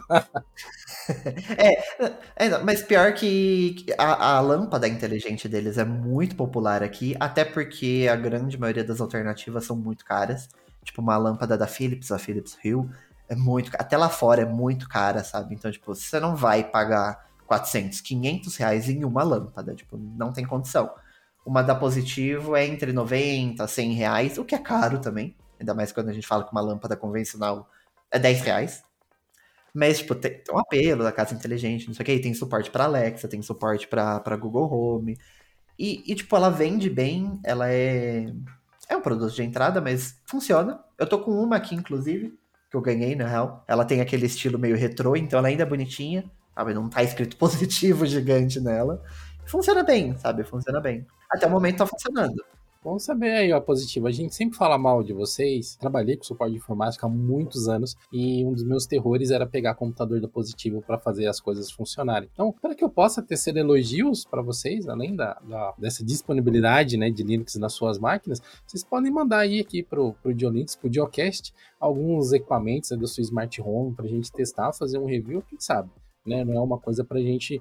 Mas pior que a lâmpada inteligente deles é muito popular aqui, até porque a grande maioria das alternativas são muito caras. Tipo, uma lâmpada da Philips, a Philips Hue, até lá fora é muito cara, sabe? Então, tipo, você não vai pagar 400, 500 reais em uma lâmpada, tipo, não tem condição. Uma da Positivo é entre 90, 100 reais, o que é caro também. Ainda mais quando a gente fala que uma lâmpada convencional é 10 reais. Mas, tipo, tem um apelo da casa inteligente, não sei o que, e tem suporte pra Alexa, tem suporte pra Google Home. Tipo, ela vende bem, ela é um produto de entrada, mas funciona. Eu tô com uma aqui, inclusive, que eu ganhei, na real. Ela tem aquele estilo meio retrô, então ela ainda é bonitinha, sabe? Não tá escrito positivo gigante nela. Funciona bem, sabe? Funciona bem. Até o momento tá funcionando. Bom saber aí, ó, Positivo. A gente sempre fala mal de vocês. Trabalhei com suporte de informática há muitos anos e um dos meus terrores era pegar computador da Positivo para fazer as coisas funcionarem. Então, para que eu possa tecer elogios para vocês, além dessa disponibilidade, né, de Linux nas suas máquinas, vocês podem mandar aí aqui pro Diolinux, pro Diocast, alguns equipamentos da sua Smart Home para a gente testar, fazer um review, quem sabe, né? Não é uma coisa para a gente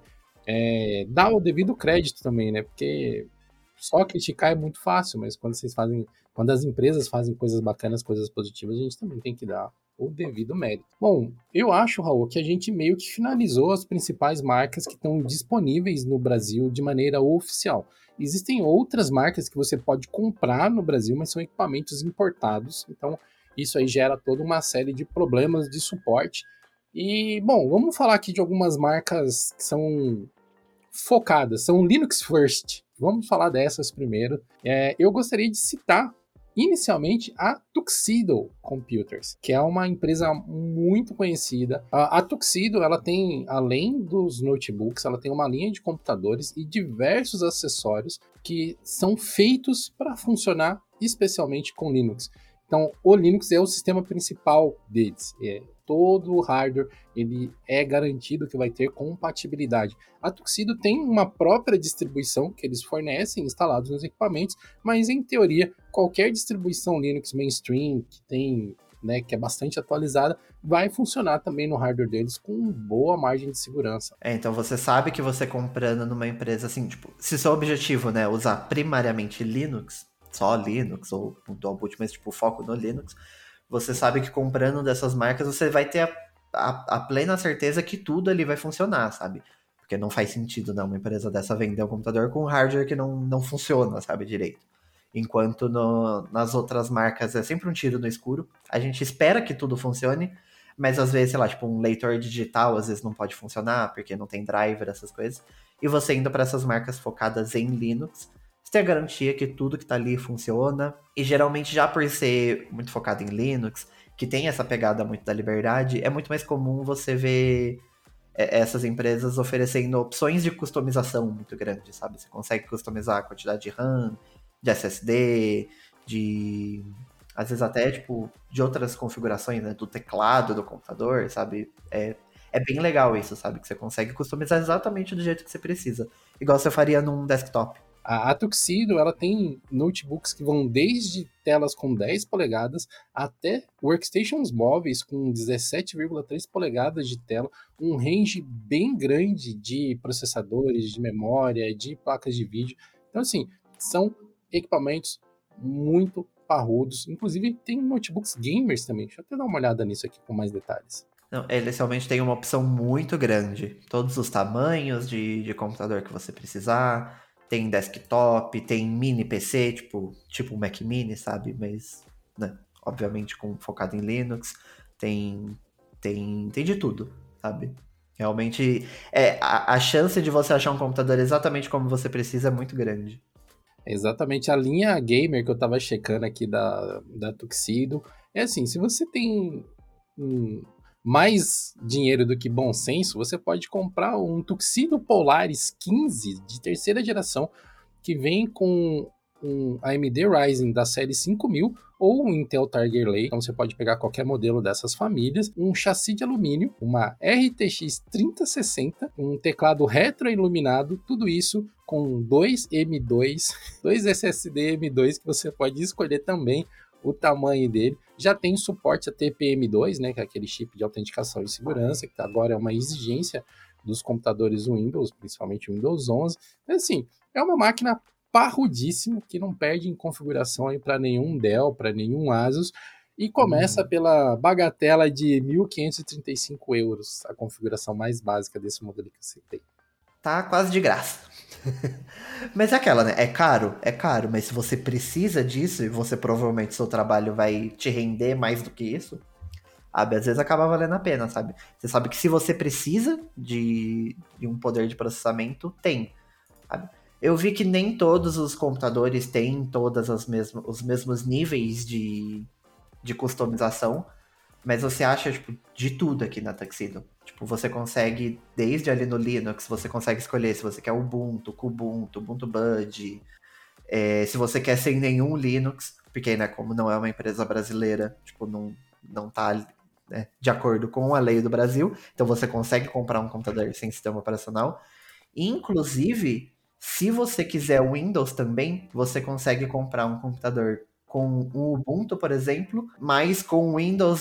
dar o devido crédito também, né? Porque só criticar é muito fácil, mas quando as empresas fazem coisas bacanas, coisas positivas, a gente também tem que dar o devido mérito. Bom, eu acho, Raul, que a gente meio que finalizou as principais marcas que estão disponíveis no Brasil de maneira oficial. Existem outras marcas que você pode comprar no Brasil, mas são equipamentos importados, então isso aí gera toda uma série de problemas de suporte. E, bom, vamos falar aqui de algumas marcas que são focadas, são Linux First. Vamos falar dessas primeiro. Eu gostaria de citar inicialmente a Tuxedo Computers, que é uma empresa muito conhecida. A Tuxedo, ela tem, além dos notebooks, ela tem uma linha de computadores e diversos acessórios que são feitos para funcionar especialmente com Linux. Então, o Linux é o sistema principal deles. Todo o hardware ele é garantido que vai ter compatibilidade. A Tuxedo tem uma própria distribuição que eles fornecem instalados nos equipamentos, mas em teoria qualquer distribuição Linux mainstream que tem, né, que é bastante atualizada, vai funcionar também no hardware deles com boa margem de segurança. Então você sabe que você comprando numa empresa assim, tipo, se seu objetivo, né, usar primariamente Linux, só Linux ou um dual boot, mas tipo foco no Linux, você sabe que comprando dessas marcas você vai ter a plena certeza que tudo ali vai funcionar, sabe? Porque não faz sentido, né, uma empresa dessa vender um computador com hardware que não funciona, sabe, direito. Enquanto nas outras marcas é sempre um tiro no escuro. A gente espera que tudo funcione, mas às vezes, sei lá, tipo um leitor digital às vezes não pode funcionar porque não tem driver, essas coisas. E você indo para essas marcas focadas em Linux, você tem a garantia que tudo que tá ali funciona. E geralmente, já por ser muito focado em Linux, que tem essa pegada muito da liberdade, é muito mais comum você ver essas empresas oferecendo opções de customização muito grandes, sabe? Você consegue customizar a quantidade de RAM, de SSD, de às vezes até, tipo, de outras configurações, né? Do teclado do computador, sabe? É bem legal isso, sabe? Que você consegue customizar exatamente do jeito que você precisa. Igual você faria num desktop. A Tuxedo, ela tem notebooks que vão desde telas com 10 polegadas até workstations móveis com 17,3 polegadas de tela, um range bem grande de processadores, de memória, de placas de vídeo. Então, assim, são equipamentos muito parrudos. Inclusive, tem notebooks gamers também. Deixa eu até dar uma olhada nisso aqui com mais detalhes. Não, eles realmente têm uma opção muito grande. Todos os tamanhos de computador que você precisar. Tem desktop, tem mini PC, tipo um Mac Mini, sabe? Mas, né, obviamente focado em Linux. Tem de tudo, sabe? Realmente, a chance de você achar um computador exatamente como você precisa é muito grande. Exatamente, a linha gamer que eu tava checando aqui da Tuxedo, é assim, se você tem mais dinheiro do que bom senso, você pode comprar um Tuxedo Polaris 15 de terceira geração, que vem com um AMD Ryzen da série 5000 ou um Intel Tiger Lake, então você pode pegar qualquer modelo dessas famílias, um chassi de alumínio, uma RTX 3060, um teclado retroiluminado, tudo isso com dois M2, dois SSD M2 que você pode escolher também o tamanho dele. Já tem suporte a TPM2, né, que é aquele chip de autenticação e segurança, que agora é uma exigência dos computadores Windows, principalmente o Windows 11. Então, assim, é uma máquina parrudíssima, que não perde em configuração aí para nenhum Dell, para nenhum Asus, e começa pela bagatela de 1.535 euros, a configuração mais básica desse modelo que você tem. Tá quase de graça. Mas é aquela, né? É caro, mas se você precisa disso e você provavelmente seu trabalho vai te render mais do que isso, sabe? Às vezes acaba valendo a pena, sabe? Você sabe que se você precisa de um poder de processamento, tem. Sabe? Eu vi que nem todos os computadores têm todas os mesmos níveis de customização, mas você acha, tipo, de tudo aqui na Tuxedo. Tipo, você consegue, desde ali no Linux, você consegue escolher se você quer Ubuntu, Kubuntu, Ubuntu Bud, se você quer sem nenhum Linux, porque, né, como não é uma empresa brasileira, tipo, não tá, né, de acordo com a lei do Brasil, então você consegue comprar um computador sem sistema operacional. Inclusive, se você quiser Windows também, você consegue comprar um computador com o Ubuntu, por exemplo, mas com Windows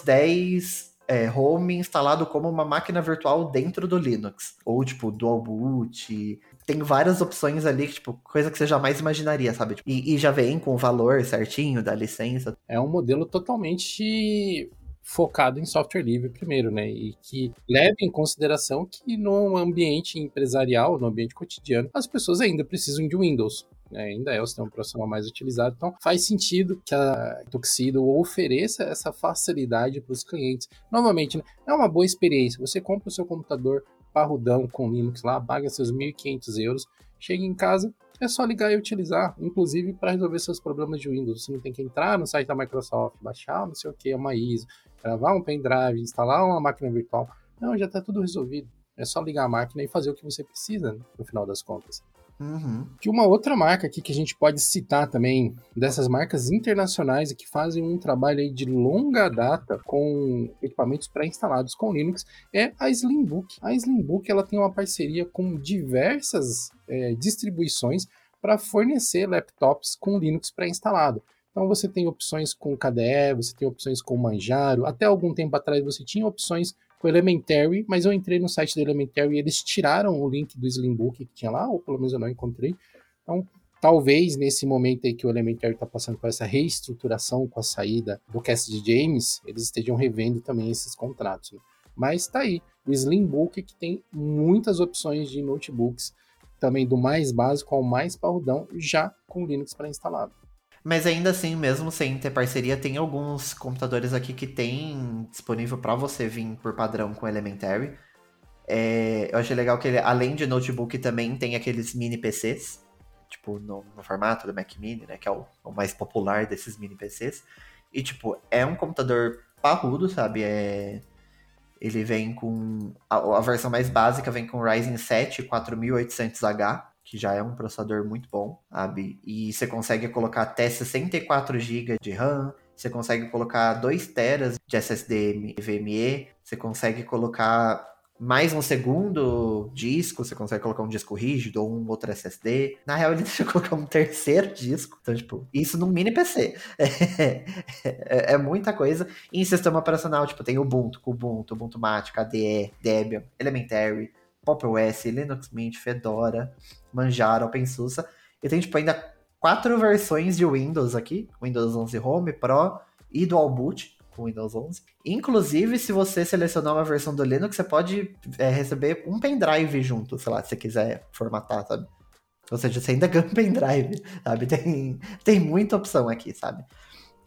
10 Home instalado como uma máquina virtual dentro do Linux. Ou, tipo, Dual Boot. Tem várias opções ali, tipo, coisa que você jamais imaginaria, sabe? E já vem com o valor certinho da licença. É um modelo totalmente focado em software livre primeiro, né? E que leve em consideração que no ambiente empresarial, no ambiente cotidiano, as pessoas ainda precisam de Windows. Né? Ainda é o sistema operacional mais utilizado. Então, faz sentido que a Tuxedo ofereça essa facilidade para os clientes. Novamente, né? É uma boa experiência. Você compra o seu computador parrudão com Linux lá, paga seus 1.500 euros, chega em casa, é só ligar e utilizar, inclusive para resolver seus problemas de Windows. Você não tem que entrar no site da Microsoft, baixar não sei o que, uma ISO, gravar um pendrive, instalar uma máquina virtual. Não, já está tudo resolvido. É só ligar a máquina e fazer o que você precisa, né, no final das contas. Uhum. Que uma outra marca aqui que a gente pode citar também, dessas marcas internacionais e que fazem um trabalho aí de longa data com equipamentos pré-instalados com Linux, é a Slimbook. A Slimbook ela tem uma parceria com diversas distribuições para fornecer laptops com Linux pré-instalado. Então você tem opções com KDE, você tem opções com Manjaro, até algum tempo atrás você tinha opções com Elementary, mas eu entrei no site do Elementary e eles tiraram o link do Slimbook que tinha lá, ou pelo menos eu não encontrei. Então, talvez nesse momento aí que o Elementary está passando por essa reestruturação com a saída do Cassidy James, eles estejam revendo também esses contratos. Né? Mas tá aí, o Slimbook que tem muitas opções de notebooks, também do mais básico ao mais parrudão, já com Linux pré-instalado. Mas ainda assim, mesmo sem ter parceria, tem alguns computadores aqui que tem disponível para você vir por padrão com Elementary. Eu achei legal que ele, além de notebook, também tem aqueles mini PCs, tipo, no formato do Mac Mini, né, que é o mais popular desses mini PCs. E, tipo, é um computador parrudo, sabe? Ele vem com... A versão mais básica vem com Ryzen 7 4800H, que já é um processador muito bom, sabe? E você consegue colocar até 64 GB de RAM, você consegue colocar 2 TB de SSD NVMe, você consegue colocar mais um segundo disco, você consegue colocar um disco rígido ou um outro SSD. Na real, ele deixa eu colocar um terceiro disco. Então, tipo, isso num mini PC. É muita coisa. E em sistema operacional, tipo, tem Ubuntu, Kubuntu, Ubuntu Mate, KDE, Debian, Elementary, Pop! OS, Linux Mint, Fedora, Manjaro, OpenSUSE. E tem, tipo, ainda 4 versões de Windows aqui. Windows 11 Home, Pro e Dual Boot com Windows 11. Inclusive, se você selecionar uma versão do Linux, você pode receber um pendrive junto, sei lá, se você quiser formatar, sabe? Ou seja, você ainda ganha um pendrive, sabe? Tem muita opção aqui, sabe?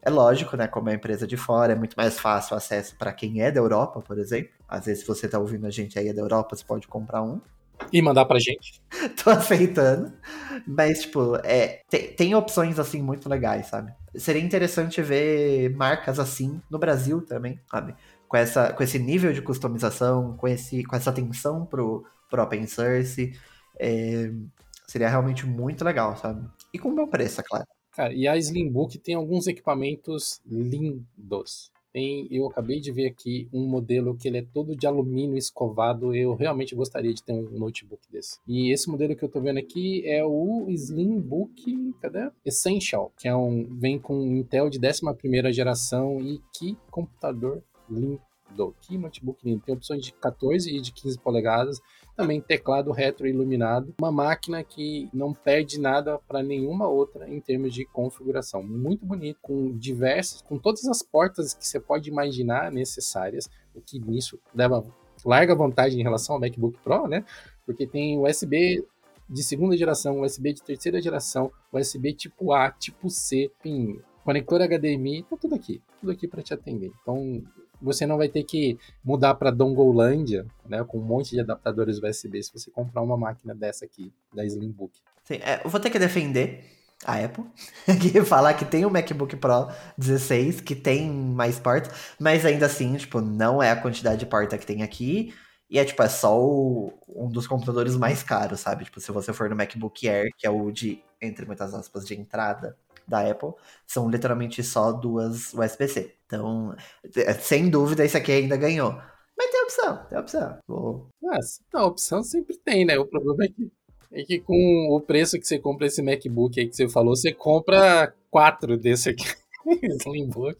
É lógico, né? Como é empresa de fora, é muito mais fácil o acesso para quem é da Europa, por exemplo. Às vezes, se você tá ouvindo a gente aí é da Europa, você pode comprar um. E mandar pra gente. Tô aceitando. Mas, tipo, tem opções assim muito legais, sabe? Seria interessante ver marcas assim no Brasil também, sabe? Com esse nível de customização, com essa atenção pro open source. é, Seria realmente muito legal, sabe? E com o meu preço, é claro. Cara, e a Slimbook tem alguns equipamentos lindos. Eu acabei de ver aqui um modelo que ele é todo de alumínio escovado. Eu realmente gostaria de ter um notebook desse. E esse modelo que eu tô vendo aqui é o Slimbook, cadê? Essential, que vem com Intel de 11ª geração e que computador lindo. Que notebook lindo. Tem opções de 14 e de 15 polegadas. Também teclado retroiluminado. Uma máquina que não perde nada para nenhuma outra em termos de configuração. Muito bonito, com todas as portas que você pode imaginar necessárias. O que nisso leva larga vantagem em relação ao MacBook Pro, né? Porque tem USB de 2ª geração, USB de 3ª geração, USB tipo A, tipo C, enfim, conector HDMI, tá tudo aqui para te atender. Então, você não vai ter que mudar para Dongolândia, né, com um monte de adaptadores USB se você comprar uma máquina dessa aqui, da Slimbook. Sim, eu vou ter que defender a Apple, que falar que tem o MacBook Pro 16, que tem mais portas, mas ainda assim, tipo, não é a quantidade de porta que tem aqui, e é só um dos computadores mais caros, sabe? Tipo, se você for no MacBook Air, que é o de, entre muitas aspas, de entrada da Apple, são literalmente só 2 USB-C. Então, sem dúvida, esse aqui ainda ganhou. Mas tem opção. A opção sempre tem, né? O problema é que com o preço que você compra esse MacBook aí que você falou, você compra 4 desse aqui. Slimbook.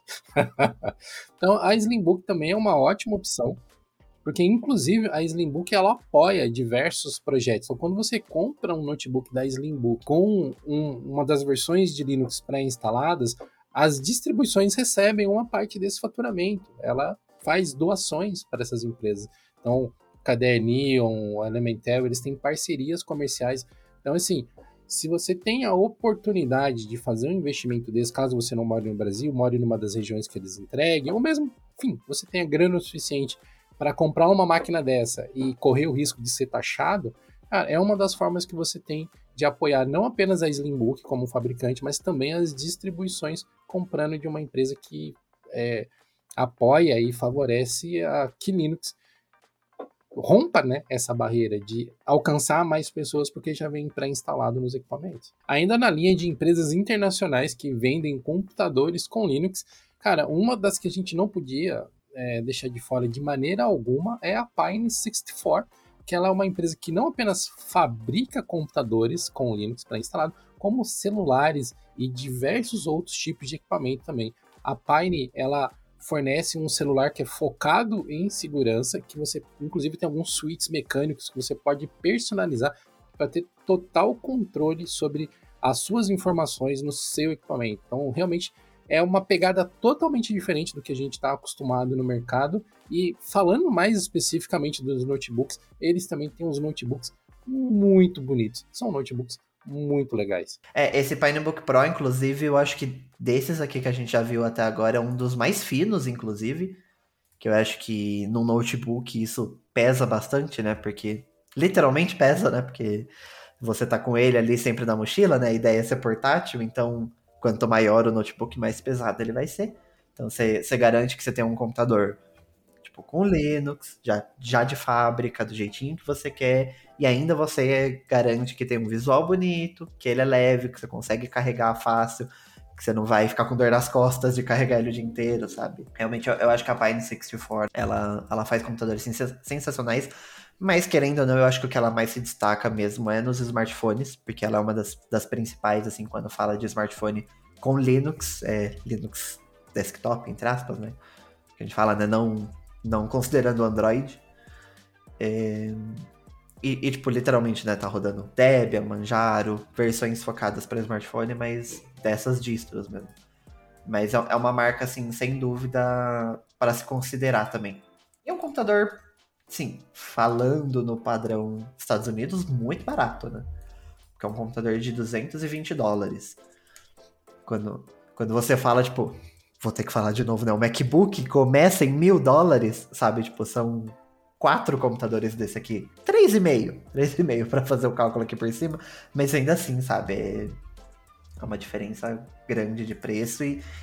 Então, a Slimbook também é uma ótima opção. Porque, inclusive, a Slimbook ela apoia diversos projetos. Então, quando você compra um notebook da Slimbook com uma das versões de Linux pré-instaladas, as distribuições recebem uma parte desse faturamento. Ela faz doações para essas empresas. Então, Cadernion, Elementel, eles têm parcerias comerciais. Então, assim, se você tem a oportunidade de fazer um investimento desse, caso você não more no Brasil, more numa das regiões que eles entreguem, ou mesmo, enfim, você tenha grana o suficiente para comprar uma máquina dessa e correr o risco de ser taxado, cara, é uma das formas que você tem de apoiar não apenas a Slimbook como fabricante, mas também as distribuições comprando de uma empresa que apoia e favorece que Linux rompa, né, essa barreira de alcançar mais pessoas porque já vem pré-instalado nos equipamentos. Ainda na linha de empresas internacionais que vendem computadores com Linux, cara, uma das que a gente não podia deixar de fora de maneira alguma é a Pine 64, que ela é uma empresa que não apenas fabrica computadores com Linux pré-instalado, como celulares e diversos outros tipos de equipamento também. A Pine, ela fornece um celular que é focado em segurança, que você, inclusive, tem alguns switches mecânicos que você pode personalizar para ter total controle sobre as suas informações no seu equipamento. Então, realmente, é uma pegada totalmente diferente do que a gente está acostumado no mercado. E falando mais especificamente dos notebooks, eles também têm uns notebooks muito bonitos. São notebooks muito legais. Esse Pinebook Pro, inclusive, eu acho que desses aqui que a gente já viu até agora, é um dos mais finos, inclusive. Que eu acho que no notebook isso pesa bastante, né? Porque literalmente pesa, né? Porque você tá com ele ali sempre na mochila, né? A ideia é ser portátil, então quanto maior o notebook, mais pesado ele vai ser. Então você garante que você tem um computador tipo com Linux, já de fábrica, do jeitinho que você quer, e ainda você garante que tem um visual bonito, que ele é leve, que você consegue carregar fácil, que você não vai ficar com dor nas costas de carregar ele o dia inteiro, sabe? Realmente eu acho que a Pine 64, ela faz computadores sensacionais, mas querendo ou não, eu acho que o que ela mais se destaca mesmo é nos smartphones, porque ela é uma das principais, assim, quando fala de smartphone com Linux, Linux desktop, entre aspas, né? Que a gente fala, né? Não considerando o Android. E, tipo, literalmente, né? Tá rodando Debian, Manjaro, versões focadas para smartphone, mas dessas distros mesmo. Mas é uma marca, assim, sem dúvida, para se considerar também. E é um computador, sim, falando no padrão Estados Unidos, muito barato, né? Porque é um computador de $220. Quando você fala, tipo, vou ter que falar de novo, né? O MacBook começa em $1.000, sabe? Tipo, são 4 computadores desse aqui. 3,5 pra fazer o cálculo aqui por cima. Mas ainda assim, sabe? É uma diferença grande de preço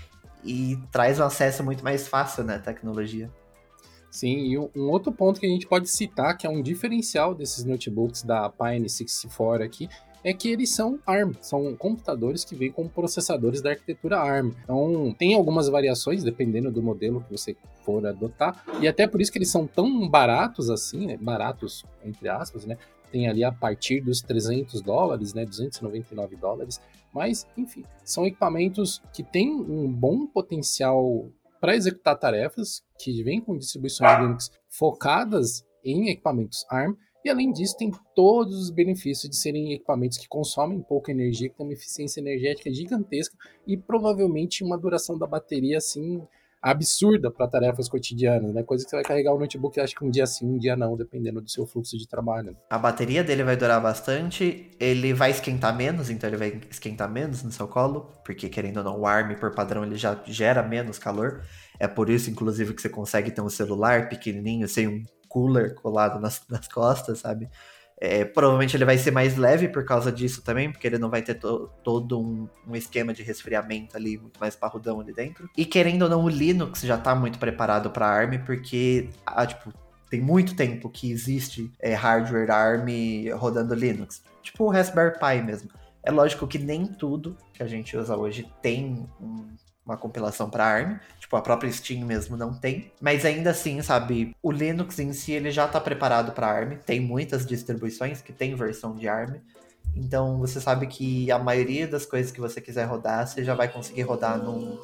e traz um acesso muito mais fácil, né? Tecnologia. Sim, e um outro ponto que a gente pode citar, que é um diferencial desses notebooks da Pine 64 aqui, é que eles são ARM, são computadores que vêm com processadores da arquitetura ARM. Então, tem algumas variações, dependendo do modelo que você for adotar, e até por isso que eles são tão baratos assim, né? Baratos, entre aspas, né? Tem ali a partir dos $300, né? $299, mas, enfim, são equipamentos que têm um bom potencial para executar tarefas, que vêm com distribuições Linux focadas em equipamentos ARM, e além disso, tem todos os benefícios de serem equipamentos que consomem pouca energia, que têm uma eficiência energética gigantesca e provavelmente uma duração da bateria assim absurda para tarefas cotidianas, né? Coisa que você vai carregar o notebook, acho que um dia sim, um dia não, dependendo do seu fluxo de trabalho. A bateria dele vai durar bastante, ele vai esquentar menos, então ele vai esquentar menos no seu colo, porque querendo ou não, o ARM por padrão ele já gera menos calor. É por isso, inclusive, que você consegue ter um celular pequenininho, sem um cooler colado nas costas, sabe? Provavelmente ele vai ser mais leve por causa disso também, porque ele não vai ter todo um esquema de resfriamento ali, muito mais parrudão ali dentro. E querendo ou não, o Linux já tá muito preparado para ARM, porque tem muito tempo que existe hardware ARM rodando Linux. Tipo o Raspberry Pi mesmo. É lógico que nem tudo que a gente usa hoje tem uma compilação para ARM, tipo a própria Steam mesmo não tem, mas ainda assim, sabe, o Linux em si ele já está preparado para ARM, tem muitas distribuições que tem versão de ARM, então você sabe que a maioria das coisas que você quiser rodar, você já vai conseguir rodar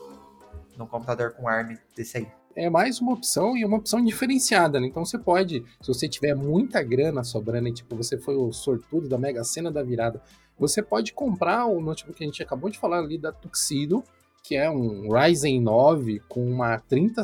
num computador com ARM desse aí. É mais uma opção e uma opção diferenciada, né? Então você pode, se você tiver muita grana sobrando e tipo, você foi o sortudo da Mega Sena da virada, você pode comprar o notebook que a gente acabou de falar ali da Tuxedo, que é um Ryzen 9 com uma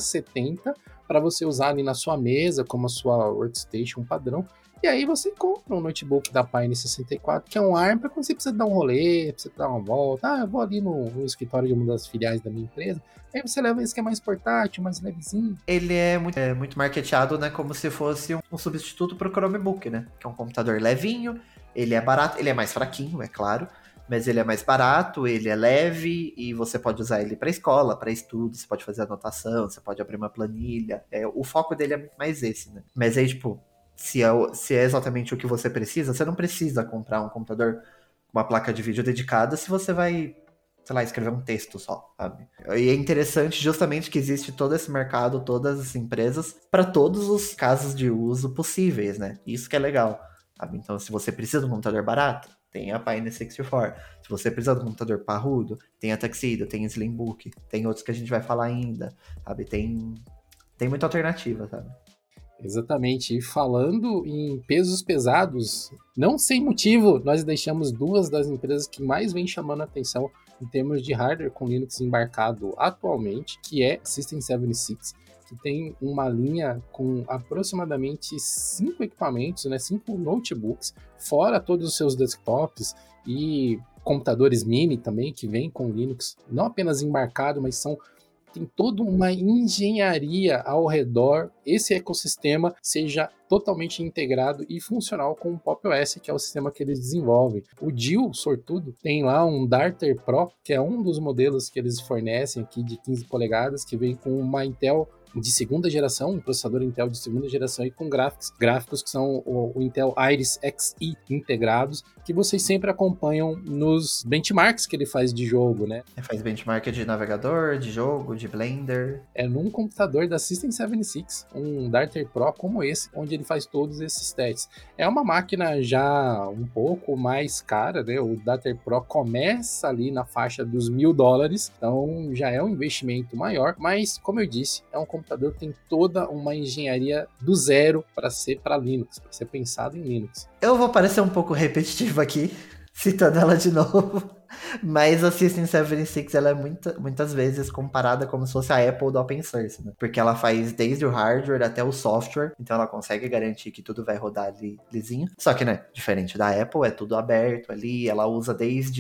3070 para você usar ali na sua mesa como a sua workstation padrão. E aí você compra um notebook da Pine 64, que é um ARM para quando você precisa dar um rolê, precisa dar uma volta. Ah, eu vou ali no escritório de uma das filiais da minha empresa. Aí você leva esse que é mais portátil, mais levezinho. Ele é muito marketeado, né, como se fosse um substituto para o Chromebook, né? Que é um computador levinho, ele é barato, ele é mais fraquinho, é claro, mas ele é mais barato, ele é leve e você pode usar ele para escola, para estudo, você pode fazer anotação, você pode abrir uma planilha. O foco dele é muito mais esse, né? Mas aí, tipo, se é exatamente o que você precisa, você não precisa comprar um computador com uma placa de vídeo dedicada se você vai, sei lá, escrever um texto só, sabe? E é interessante justamente que existe todo esse mercado, todas as empresas, para todos os casos de uso possíveis, né? Isso que é legal, sabe? Então, se você precisa de um computador barato, tem a Pine 64. Se você precisa de um computador parrudo, tem a Tuxedo, tem a Slimbook, tem outros que a gente vai falar ainda, sabe? Tem muita alternativa, sabe? Exatamente. E falando em pesos pesados, não sem motivo, nós deixamos duas das empresas que mais vem chamando a atenção em termos de hardware com Linux embarcado atualmente, que é System 76, que tem uma linha com aproximadamente 5 equipamentos, né, 5 notebooks, fora todos os seus desktops e computadores mini também, que vêm com Linux, não apenas embarcado, mas tem toda uma engenharia ao redor, esse ecossistema seja totalmente integrado e funcional com o Pop! OS, que é o sistema que eles desenvolvem. O Jill, sortudo, tem lá um Darter Pro, que é um dos modelos que eles fornecem aqui de 15 polegadas, que vem com uma Intel de segunda geração, um processador Intel de segunda geração e com gráficos que são o Intel Iris Xe integrados, que vocês sempre acompanham nos benchmarks que ele faz de jogo, né? Ele faz benchmark de navegador, de jogo, de Blender. É num computador da System 76, um Darter Pro como esse, onde ele faz todos esses testes. É uma máquina já um pouco mais cara, né? O Darter Pro começa ali na faixa dos $1.000, então já é um investimento maior, mas como eu disse, é um computador que tem toda uma engenharia do zero para ser para Linux, para ser pensado em Linux. Eu vou parecer um pouco repetitivo aqui, citando ela de novo, mas a System 76 ela é muitas vezes comparada como se fosse a Apple do Open Source, né? Porque ela faz desde o hardware até o software, então ela consegue garantir que tudo vai rodar ali lisinho. Só que, né, diferente da Apple, é tudo aberto ali, ela usa desde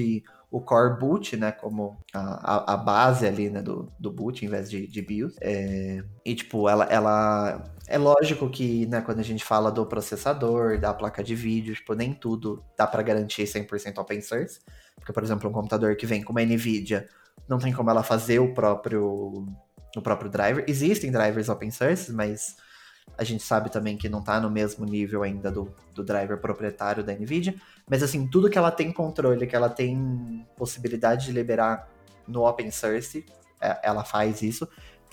o core boot, né, como a base ali, né, do boot, em vez de BIOS. E, tipo, ela é lógico que, né, quando a gente fala do processador, da placa de vídeo, tipo, nem tudo dá para garantir 100% open source. Porque, por exemplo, um computador que vem com uma NVIDIA, não tem como ela fazer o próprio driver. Existem drivers open source, mas a gente sabe também que não tá no mesmo nível ainda do driver proprietário da NVIDIA. Mas, assim, tudo que ela tem controle, que ela tem possibilidade de liberar no open source, ela faz isso.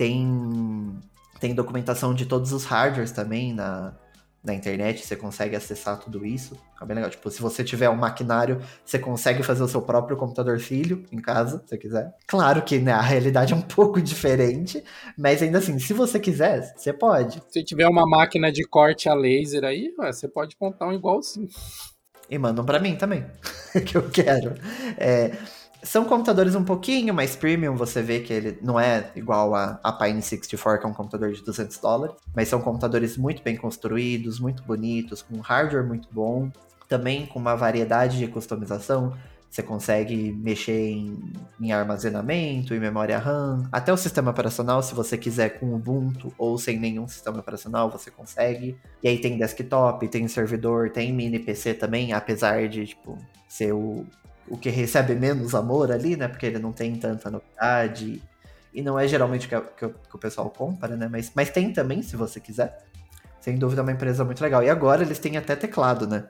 Tem documentação de todos os hardwares também na internet, você consegue acessar tudo isso. É bem legal. Tipo, se você tiver um maquinário, você consegue fazer o seu próprio computador filho em casa, se você quiser. Claro que, né, a realidade é um pouco diferente, mas ainda assim, se você quiser, você pode. Se tiver uma máquina de corte a laser aí, você pode montar um igualzinho. E mandam pra mim também, que eu quero. São computadores um pouquinho mais premium, você vê que ele não é igual a Pine 64, que é um computador de $200, mas são computadores muito bem construídos, muito bonitos, com hardware muito bom, também com uma variedade de customização. Você consegue mexer em armazenamento, em memória RAM, até o sistema operacional, se você quiser com Ubuntu ou sem nenhum sistema operacional, você consegue. E aí tem desktop, tem servidor, tem mini PC também, apesar de, tipo, ser o que recebe menos amor ali, né? Porque ele não tem tanta novidade. E não é geralmente o que o pessoal compra, né? Mas tem também, se você quiser. Sem dúvida é uma empresa muito legal. E agora eles têm até teclado, né?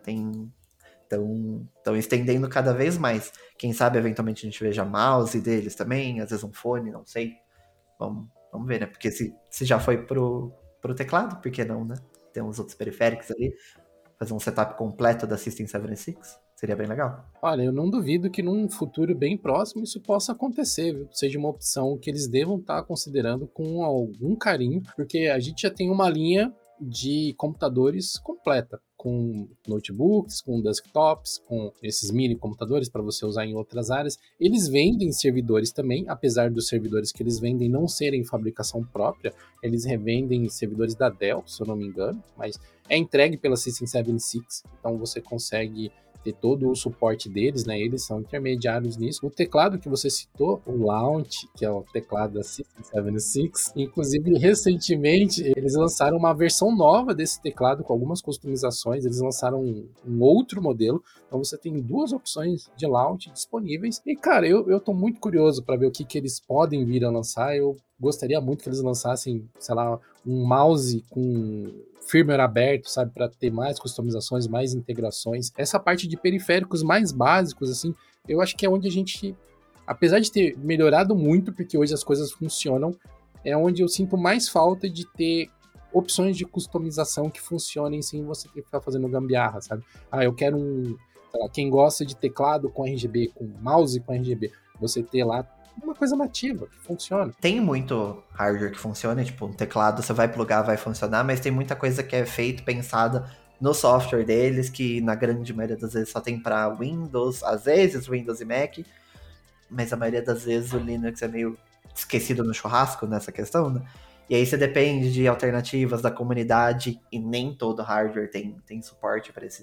Estão estendendo cada vez mais. Quem sabe, eventualmente, a gente veja mouse deles também, às vezes um fone, não sei. Vamos ver, né? Porque se já foi pro teclado, por que não, né? Tem uns outros periféricos ali. Fazer um setup completo da System 76. Seria bem legal. Olha, eu não duvido que num futuro bem próximo isso possa acontecer, viu? Seja uma opção que eles devam estar considerando com algum carinho, porque a gente já tem uma linha de computadores completa, com notebooks, com desktops, com esses mini computadores para você usar em outras áreas. Eles vendem servidores também, apesar dos servidores que eles vendem não serem fabricação própria, eles revendem servidores da Dell, se eu não me engano, mas é entregue pela System 76, então você consegue ter todo o suporte deles, né? Eles são intermediários nisso. O teclado que você citou, o Launch, que é o teclado da System 76, inclusive recentemente eles lançaram uma versão nova desse teclado com algumas customizações. Eles lançaram um outro modelo, então você tem duas opções de Launch disponíveis. E cara, eu tô muito curioso para ver o que eles podem vir a lançar. Eu gostaria muito que eles lançassem, sei lá, um mouse com firmware aberto, sabe, para ter mais customizações, mais integrações. Essa parte de periféricos mais básicos, assim, eu acho que é onde a gente, apesar de ter melhorado muito, porque hoje as coisas funcionam, é onde eu sinto mais falta de ter opções de customização que funcionem sem você ter que ficar fazendo gambiarra, sabe? Ah, eu quero sei lá, quem gosta de teclado com RGB, com mouse com RGB, você ter lá uma coisa nativa, que funciona. Tem muito hardware que funciona, tipo, um teclado você vai plugar, vai funcionar, mas tem muita coisa que é feita, pensada no software deles, que na grande maioria das vezes só tem para Windows, às vezes Windows e Mac, mas a maioria das vezes o Linux é meio esquecido no churrasco nessa questão, né? E aí você depende de alternativas da comunidade e nem todo hardware tem suporte para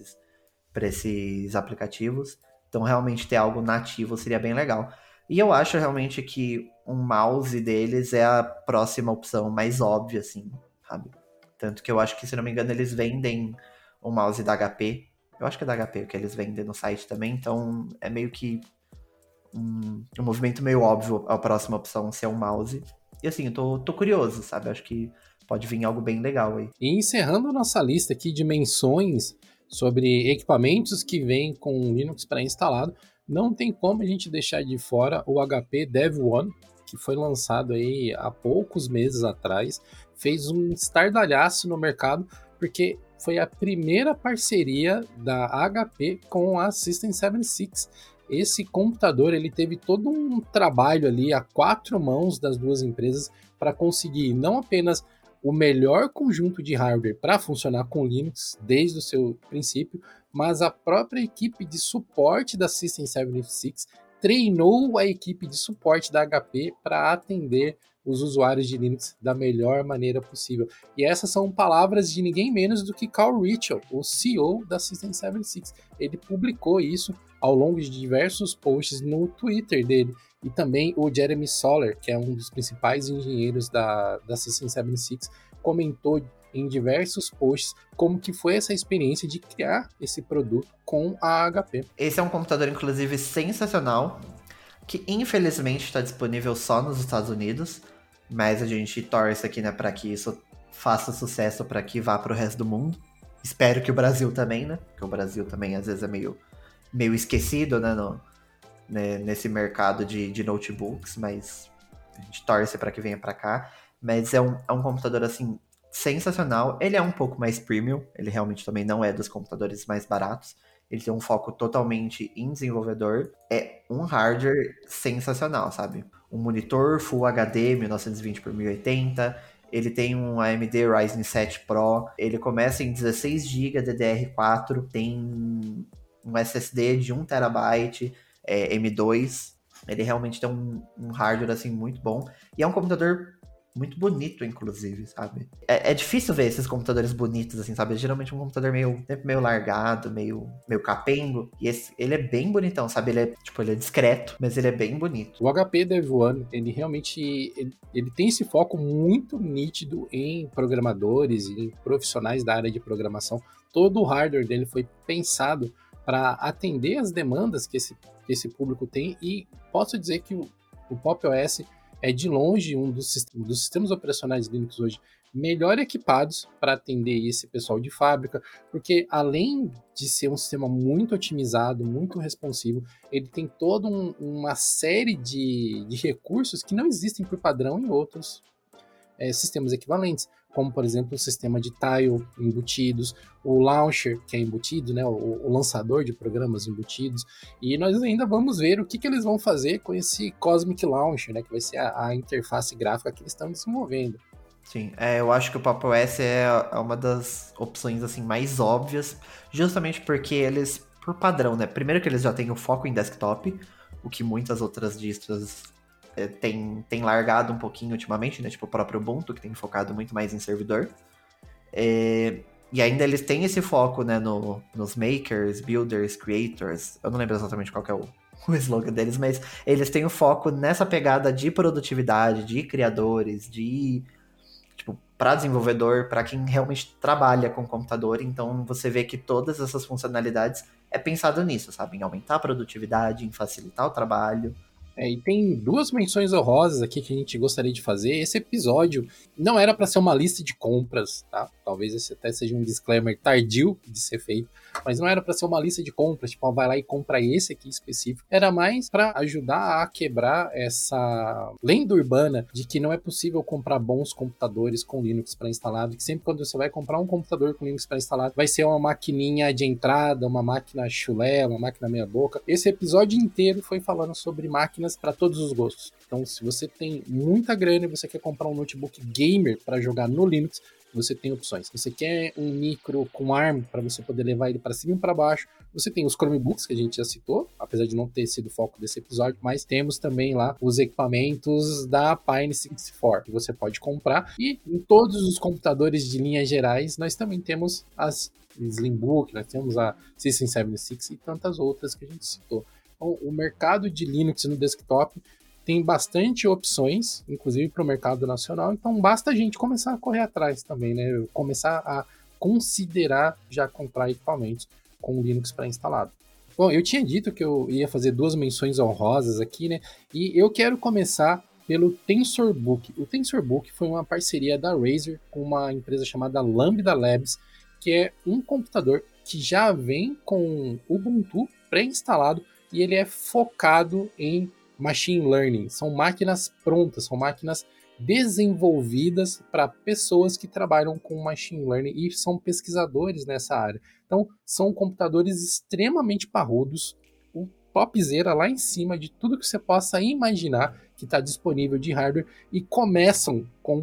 esses aplicativos. Então realmente ter algo nativo seria bem legal. E eu acho realmente que um mouse deles é a próxima opção mais óbvia, assim, sabe? Tanto que eu acho que, se não me engano, eles vendem um mouse da HP. Eu acho que é da HP que eles vendem no site também, então é meio que um movimento meio óbvio a próxima opção ser um mouse. E assim, eu tô curioso, sabe? Eu acho que pode vir algo bem legal aí. E encerrando nossa lista aqui de menções sobre equipamentos que vêm com Linux pré-instalado, não tem como a gente deixar de fora o HP Dev One, que foi lançado aí há poucos meses atrás, fez um estardalhaço no mercado, porque foi a primeira parceria da HP com a System 76. Esse computador ele teve todo um trabalho ali a 4 mãos das duas empresas para conseguir não apenas o melhor conjunto de hardware para funcionar com Linux desde o seu princípio, mas a própria equipe de suporte da System 76 treinou a equipe de suporte da HP para atender os usuários de Linux da melhor maneira possível. E essas são palavras de ninguém menos do que Carl Ritchell, o CEO da System 76. Ele publicou isso ao longo de diversos posts no Twitter dele. E também o Jeremy Soller, que é um dos principais engenheiros da System 76, comentou em diversos posts como que foi essa experiência de criar esse produto com a HP. Esse é um computador, inclusive, sensacional, que infelizmente está disponível só nos Estados Unidos, mas a gente torce aqui, né, para que isso faça sucesso, para que vá para o resto do mundo. Espero que o Brasil também, né, porque o Brasil também às vezes é meio esquecido, né, nesse mercado de notebooks, mas a gente torce para que venha para cá. Mas é um computador, assim, sensacional. Ele é um pouco mais premium, ele realmente também não é dos computadores mais baratos. Ele tem um foco totalmente em desenvolvedor. É um hardware sensacional, sabe? Um monitor Full HD 1920 por 1080. Ele tem um AMD Ryzen 7 Pro. Ele começa em 16 GB DDR4. Tem um SSD de 1 TB M2. Ele realmente tem um hardware assim muito bom. E é um computador muito bonito, inclusive, sabe? É difícil ver esses computadores bonitos, assim, sabe? Geralmente um computador meio largado, meio capengo. E ele é bem bonitão, sabe? Ele é discreto, mas ele é bem bonito. O HP Dev One, ele realmente ele tem esse foco muito nítido em programadores e em profissionais da área de programação. Todo o hardware dele foi pensado para atender as demandas que esse público tem, e posso dizer que o Pop! OS é de longe um dos sistemas operacionais Linux hoje melhor equipados para atender esse pessoal de fábrica, porque além de ser um sistema muito otimizado, muito responsivo, ele tem toda uma série de recursos que não existem por padrão em outros sistemas equivalentes, como por exemplo o sistema de tile embutidos, o launcher que é embutido, né, o lançador de programas embutidos, e nós ainda vamos ver o que eles vão fazer com esse Cosmic Launcher, né, que vai ser a interface gráfica que eles estão desenvolvendo. Sim, eu acho que o Pop! OS é uma das opções assim mais óbvias, justamente porque eles, por padrão, né, primeiro que eles já têm o foco em desktop, o que muitas outras distros tem largado um pouquinho ultimamente, né? Tipo o próprio Ubuntu, que tem focado muito mais em servidor. E ainda eles têm esse foco, né, nos makers, builders, creators. Eu não lembro exatamente qual que é o slogan deles, mas eles têm o foco nessa pegada de produtividade, de criadores, para desenvolvedor, para quem realmente trabalha com computador. Então você vê que todas essas funcionalidades é pensado nisso, sabe? Em aumentar a produtividade, em facilitar o trabalho. E tem duas menções honrosas aqui que a gente gostaria de fazer. Esse episódio não era para ser uma lista de compras, tá? Talvez esse até seja um disclaimer tardio de ser feito, mas não era para ser uma lista de compras, tipo, vai lá e compra esse aqui específico. Era mais para ajudar a quebrar essa lenda urbana de que não é possível comprar bons computadores com Linux pré-instalado, que sempre quando você vai comprar um computador com Linux pré-instalado, vai ser uma maquininha de entrada, uma máquina chulé, uma máquina meia boca. Esse episódio inteiro foi falando sobre máquinas para todos os gostos. Então, se você tem muita grana e você quer comprar um notebook gamer para jogar no Linux, você tem opções. Se você quer um micro com ARM para você poder levar ele para cima e para baixo, você tem os Chromebooks, que a gente já citou, apesar de não ter sido o foco desse episódio, mas temos também lá os equipamentos da Pine 64, que você pode comprar. E em todos os computadores de linhas gerais, nós também temos as Slimbook, nós temos a System 76 e tantas outras que a gente citou. Então, o mercado de Linux no desktop tem bastante opções, inclusive para o mercado nacional, então basta a gente começar a correr atrás também, né? Começar a considerar já comprar equipamentos com Linux pré-instalado. Bom, eu tinha dito que eu ia fazer duas menções honrosas aqui, né? E eu quero começar pelo TensorBook. O TensorBook foi uma parceria da Razer com uma empresa chamada Lambda Labs, que é um computador que já vem com Ubuntu pré-instalado e ele é focado em machine learning. São máquinas prontas, são máquinas desenvolvidas para pessoas que trabalham com machine learning e são pesquisadores nessa área. Então, são computadores extremamente parrudos, o topzera lá em cima de tudo que você possa imaginar que está disponível de hardware, e começam com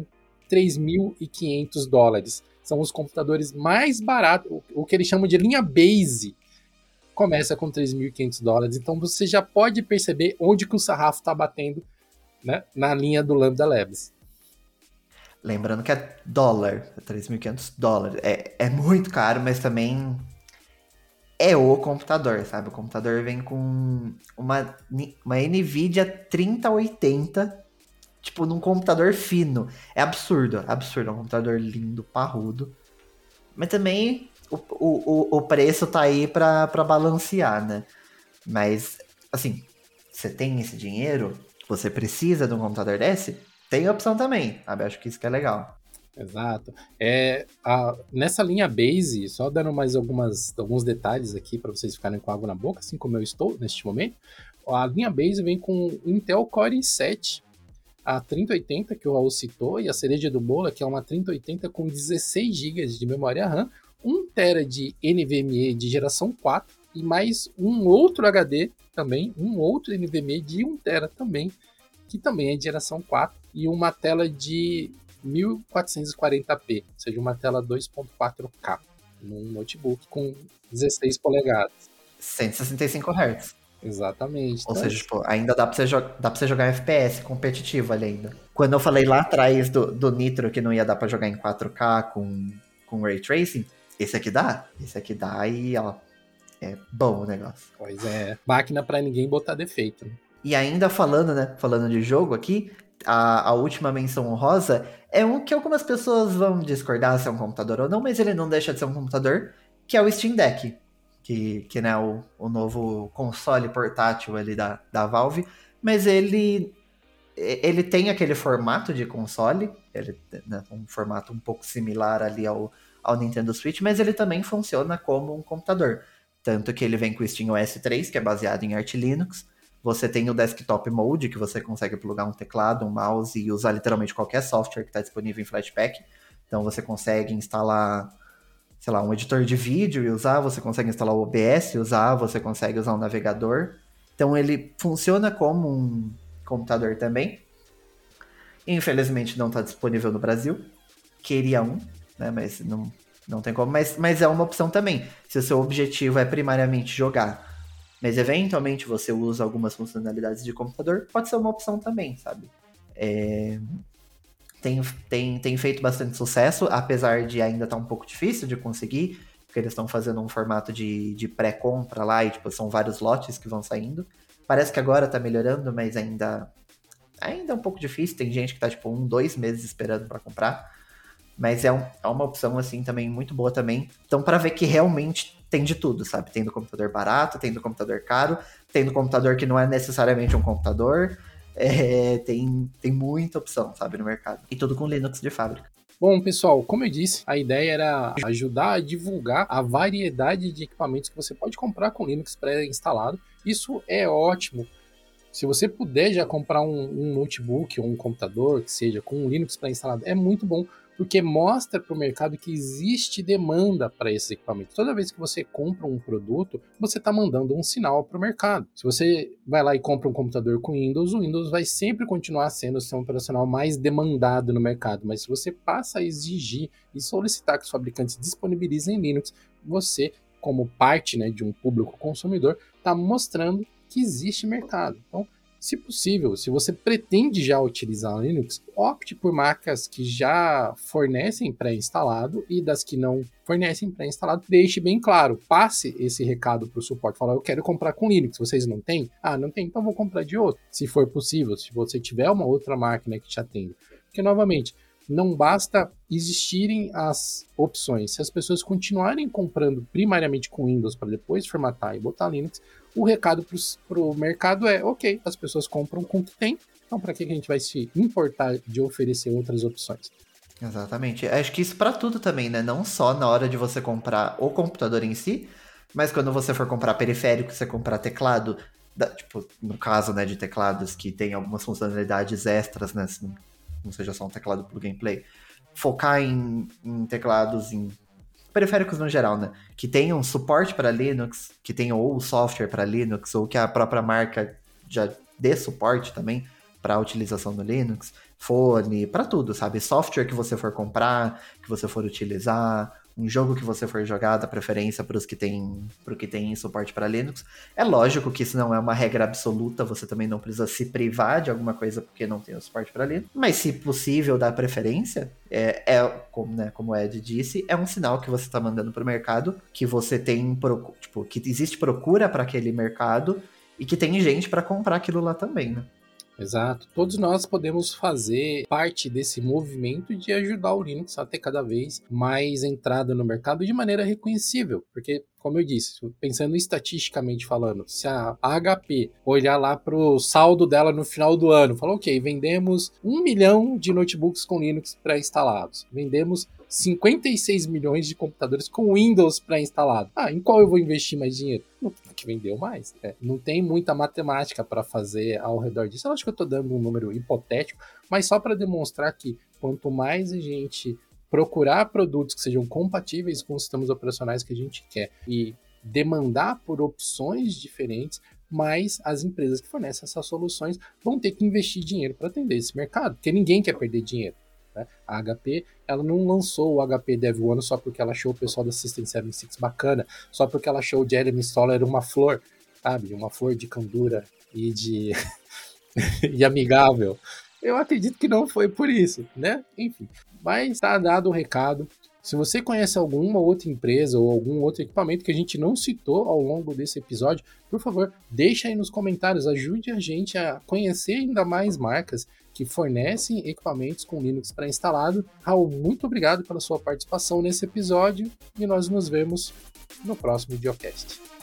$3.500. São os computadores mais baratos, o que eles chamam de linha base, começa com $3.500. Então você já pode perceber onde que o sarrafo está batendo, né, na linha do Lambda Labs. Lembrando que é dólar, $3.500. É muito caro, mas também é o computador, sabe? O computador vem com uma NVIDIA 3080, tipo, num computador fino. É absurdo, absurdo. É um computador lindo, parrudo. Mas também o preço tá aí pra balancear, né? Mas, assim, você tem esse dinheiro, você precisa de um computador desse, tem opção também, sabe? Acho que isso que é legal. Exato. Nessa linha base, só dando mais alguns detalhes aqui para vocês ficarem com água na boca, assim como eu estou neste momento. A linha base vem com Intel Core i7, a 3080 que o Raul citou, e a cereja do bolo, que é uma 3080 com 16 GB de memória RAM, 1 TB de NVMe de geração 4 e mais um outro HD também, um outro NVMe de 1 TB também, que também é de geração 4, e uma tela de 1440p, ou seja, uma tela 2.4K, num notebook com 16 polegadas. 165 Hz. Exatamente. Ou Então, seja, tipo, ainda dá pra você jogar FPS competitivo ali ainda. Quando eu falei lá atrás do Nitro que não ia dar pra jogar em 4K com Ray Tracing, esse aqui dá. Esse aqui dá e, ó, é bom o negócio. Pois é, máquina pra ninguém botar defeito, né? E ainda falando, né, falando de jogo aqui, a última menção honrosa é um que algumas pessoas vão discordar se é um computador ou não, mas ele não deixa de ser um computador, que é o Steam Deck, que né, o novo console portátil ali da Valve, mas ele tem aquele formato de console, ele, né, um formato um pouco similar ali ao Nintendo Switch, mas ele também funciona como um computador. Tanto que ele vem com o SteamOS 3, que é baseado em Arch Linux. Você tem o Desktop Mode, que você consegue plugar um teclado, um mouse e usar literalmente qualquer software que está disponível em Flashpack. Então você consegue instalar, sei lá, um editor de vídeo e usar, você consegue instalar o OBS e usar, você consegue usar um navegador. Então ele funciona como um computador também. Infelizmente não está disponível no Brasil. Queria um, né? Mas não tem como. Mas é uma opção também. Se o seu objetivo é primariamente jogar, mas eventualmente você usa algumas funcionalidades de computador, pode ser uma opção também, sabe? Tem feito bastante sucesso, apesar de ainda estar um pouco difícil de conseguir, porque eles estão fazendo um formato de pré-compra lá e tipo, são vários lotes que vão saindo. Parece que agora tá melhorando, mas ainda é um pouco difícil. Tem gente que tá tipo 2 meses esperando para comprar. Mas é uma opção, assim, também muito boa também. Então, para ver que realmente tem de tudo, sabe? Tem do computador barato, tem do computador caro, tem do computador que não é necessariamente um computador. Tem muita opção, sabe, no mercado. E tudo com Linux de fábrica. Bom, pessoal, como eu disse, a ideia era ajudar a divulgar a variedade de equipamentos que você pode comprar com Linux pré-instalado. Isso é ótimo. Se você puder já comprar um notebook ou um computador, que seja com um Linux pré-instalado, é muito bom, porque mostra para o mercado que existe demanda para esses equipamentos. Toda vez que você compra um produto, você está mandando um sinal para o mercado. Se você vai lá e compra um computador com Windows, o Windows vai sempre continuar sendo o sistema operacional mais demandado no mercado, mas se você passa a exigir e solicitar que os fabricantes disponibilizem Linux, você, como parte, né, de um público consumidor, está mostrando que existe mercado. Então, se possível, se você pretende já utilizar Linux, opte por marcas que já fornecem pré-instalado, e das que não fornecem pré-instalado, deixe bem claro, passe esse recado para o suporte, fala, eu quero comprar com Linux, vocês não têm? Ah, não tem, então vou comprar de outro, se for possível, se você tiver uma outra máquina que te atenda. Porque, novamente, não basta existirem as opções. Se as pessoas continuarem comprando primariamente com Windows para depois formatar e botar Linux, o recado para o mercado é, ok, as pessoas compram com o que tem, então para que a gente vai se importar de oferecer outras opções? Exatamente. Acho que isso para tudo também, né? Não só na hora de você comprar o computador em si, mas quando você for comprar periférico, você comprar teclado, tipo, no caso, né, de teclados que tem algumas funcionalidades extras, né? Não seja só um teclado plug and play. Focar em teclados, em periféricos no geral, né? Que tenham suporte para Linux, que tenham ou software para Linux, ou que a própria marca já dê suporte também para a utilização do Linux, fone, para tudo, sabe? Software que você for comprar, que você for utilizar, um jogo que você for jogar, dá preferência para os que tem suporte para Linux. É lógico que isso não é uma regra absoluta, você também não precisa se privar de alguma coisa porque não tem o suporte para Linux, mas se possível dar preferência, como o Ed disse, é um sinal que você está mandando para o mercado, que você tem, que existe procura para aquele mercado e que tem gente para comprar aquilo lá também, né? Exato. Todos nós podemos fazer parte desse movimento de ajudar o Linux a ter cada vez mais entrada no mercado de maneira reconhecível. Porque, como eu disse, pensando estatisticamente falando, se a HP olhar lá para o saldo dela no final do ano, falar, ok, vendemos 1 milhão de notebooks com Linux pré-instalados, vendemos 56 milhões de computadores com Windows pré-instalado. Em qual eu vou investir mais dinheiro? No que vendeu mais. Não tem muita matemática para fazer ao redor disso. Eu acho que eu estou dando um número hipotético, mas só para demonstrar que quanto mais a gente procurar produtos que sejam compatíveis com os sistemas operacionais que a gente quer e demandar por opções diferentes, mas as empresas que fornecem essas soluções vão ter que investir dinheiro para atender esse mercado, porque ninguém quer perder dinheiro. A HP, ela não lançou o HP Dev One só porque ela achou o pessoal da System76 bacana, só porque ela achou o Jelly Installer uma flor, sabe? Uma flor de candura e e amigável. Eu acredito que não foi por isso, né? Enfim, mas tá dado o recado. Se você conhece alguma outra empresa ou algum outro equipamento que a gente não citou ao longo desse episódio, por favor, deixa aí nos comentários, ajude a gente a conhecer ainda mais marcas que fornecem equipamentos com Linux pré-instalado. Raul, muito obrigado pela sua participação nesse episódio e nós nos vemos no próximo Diocast.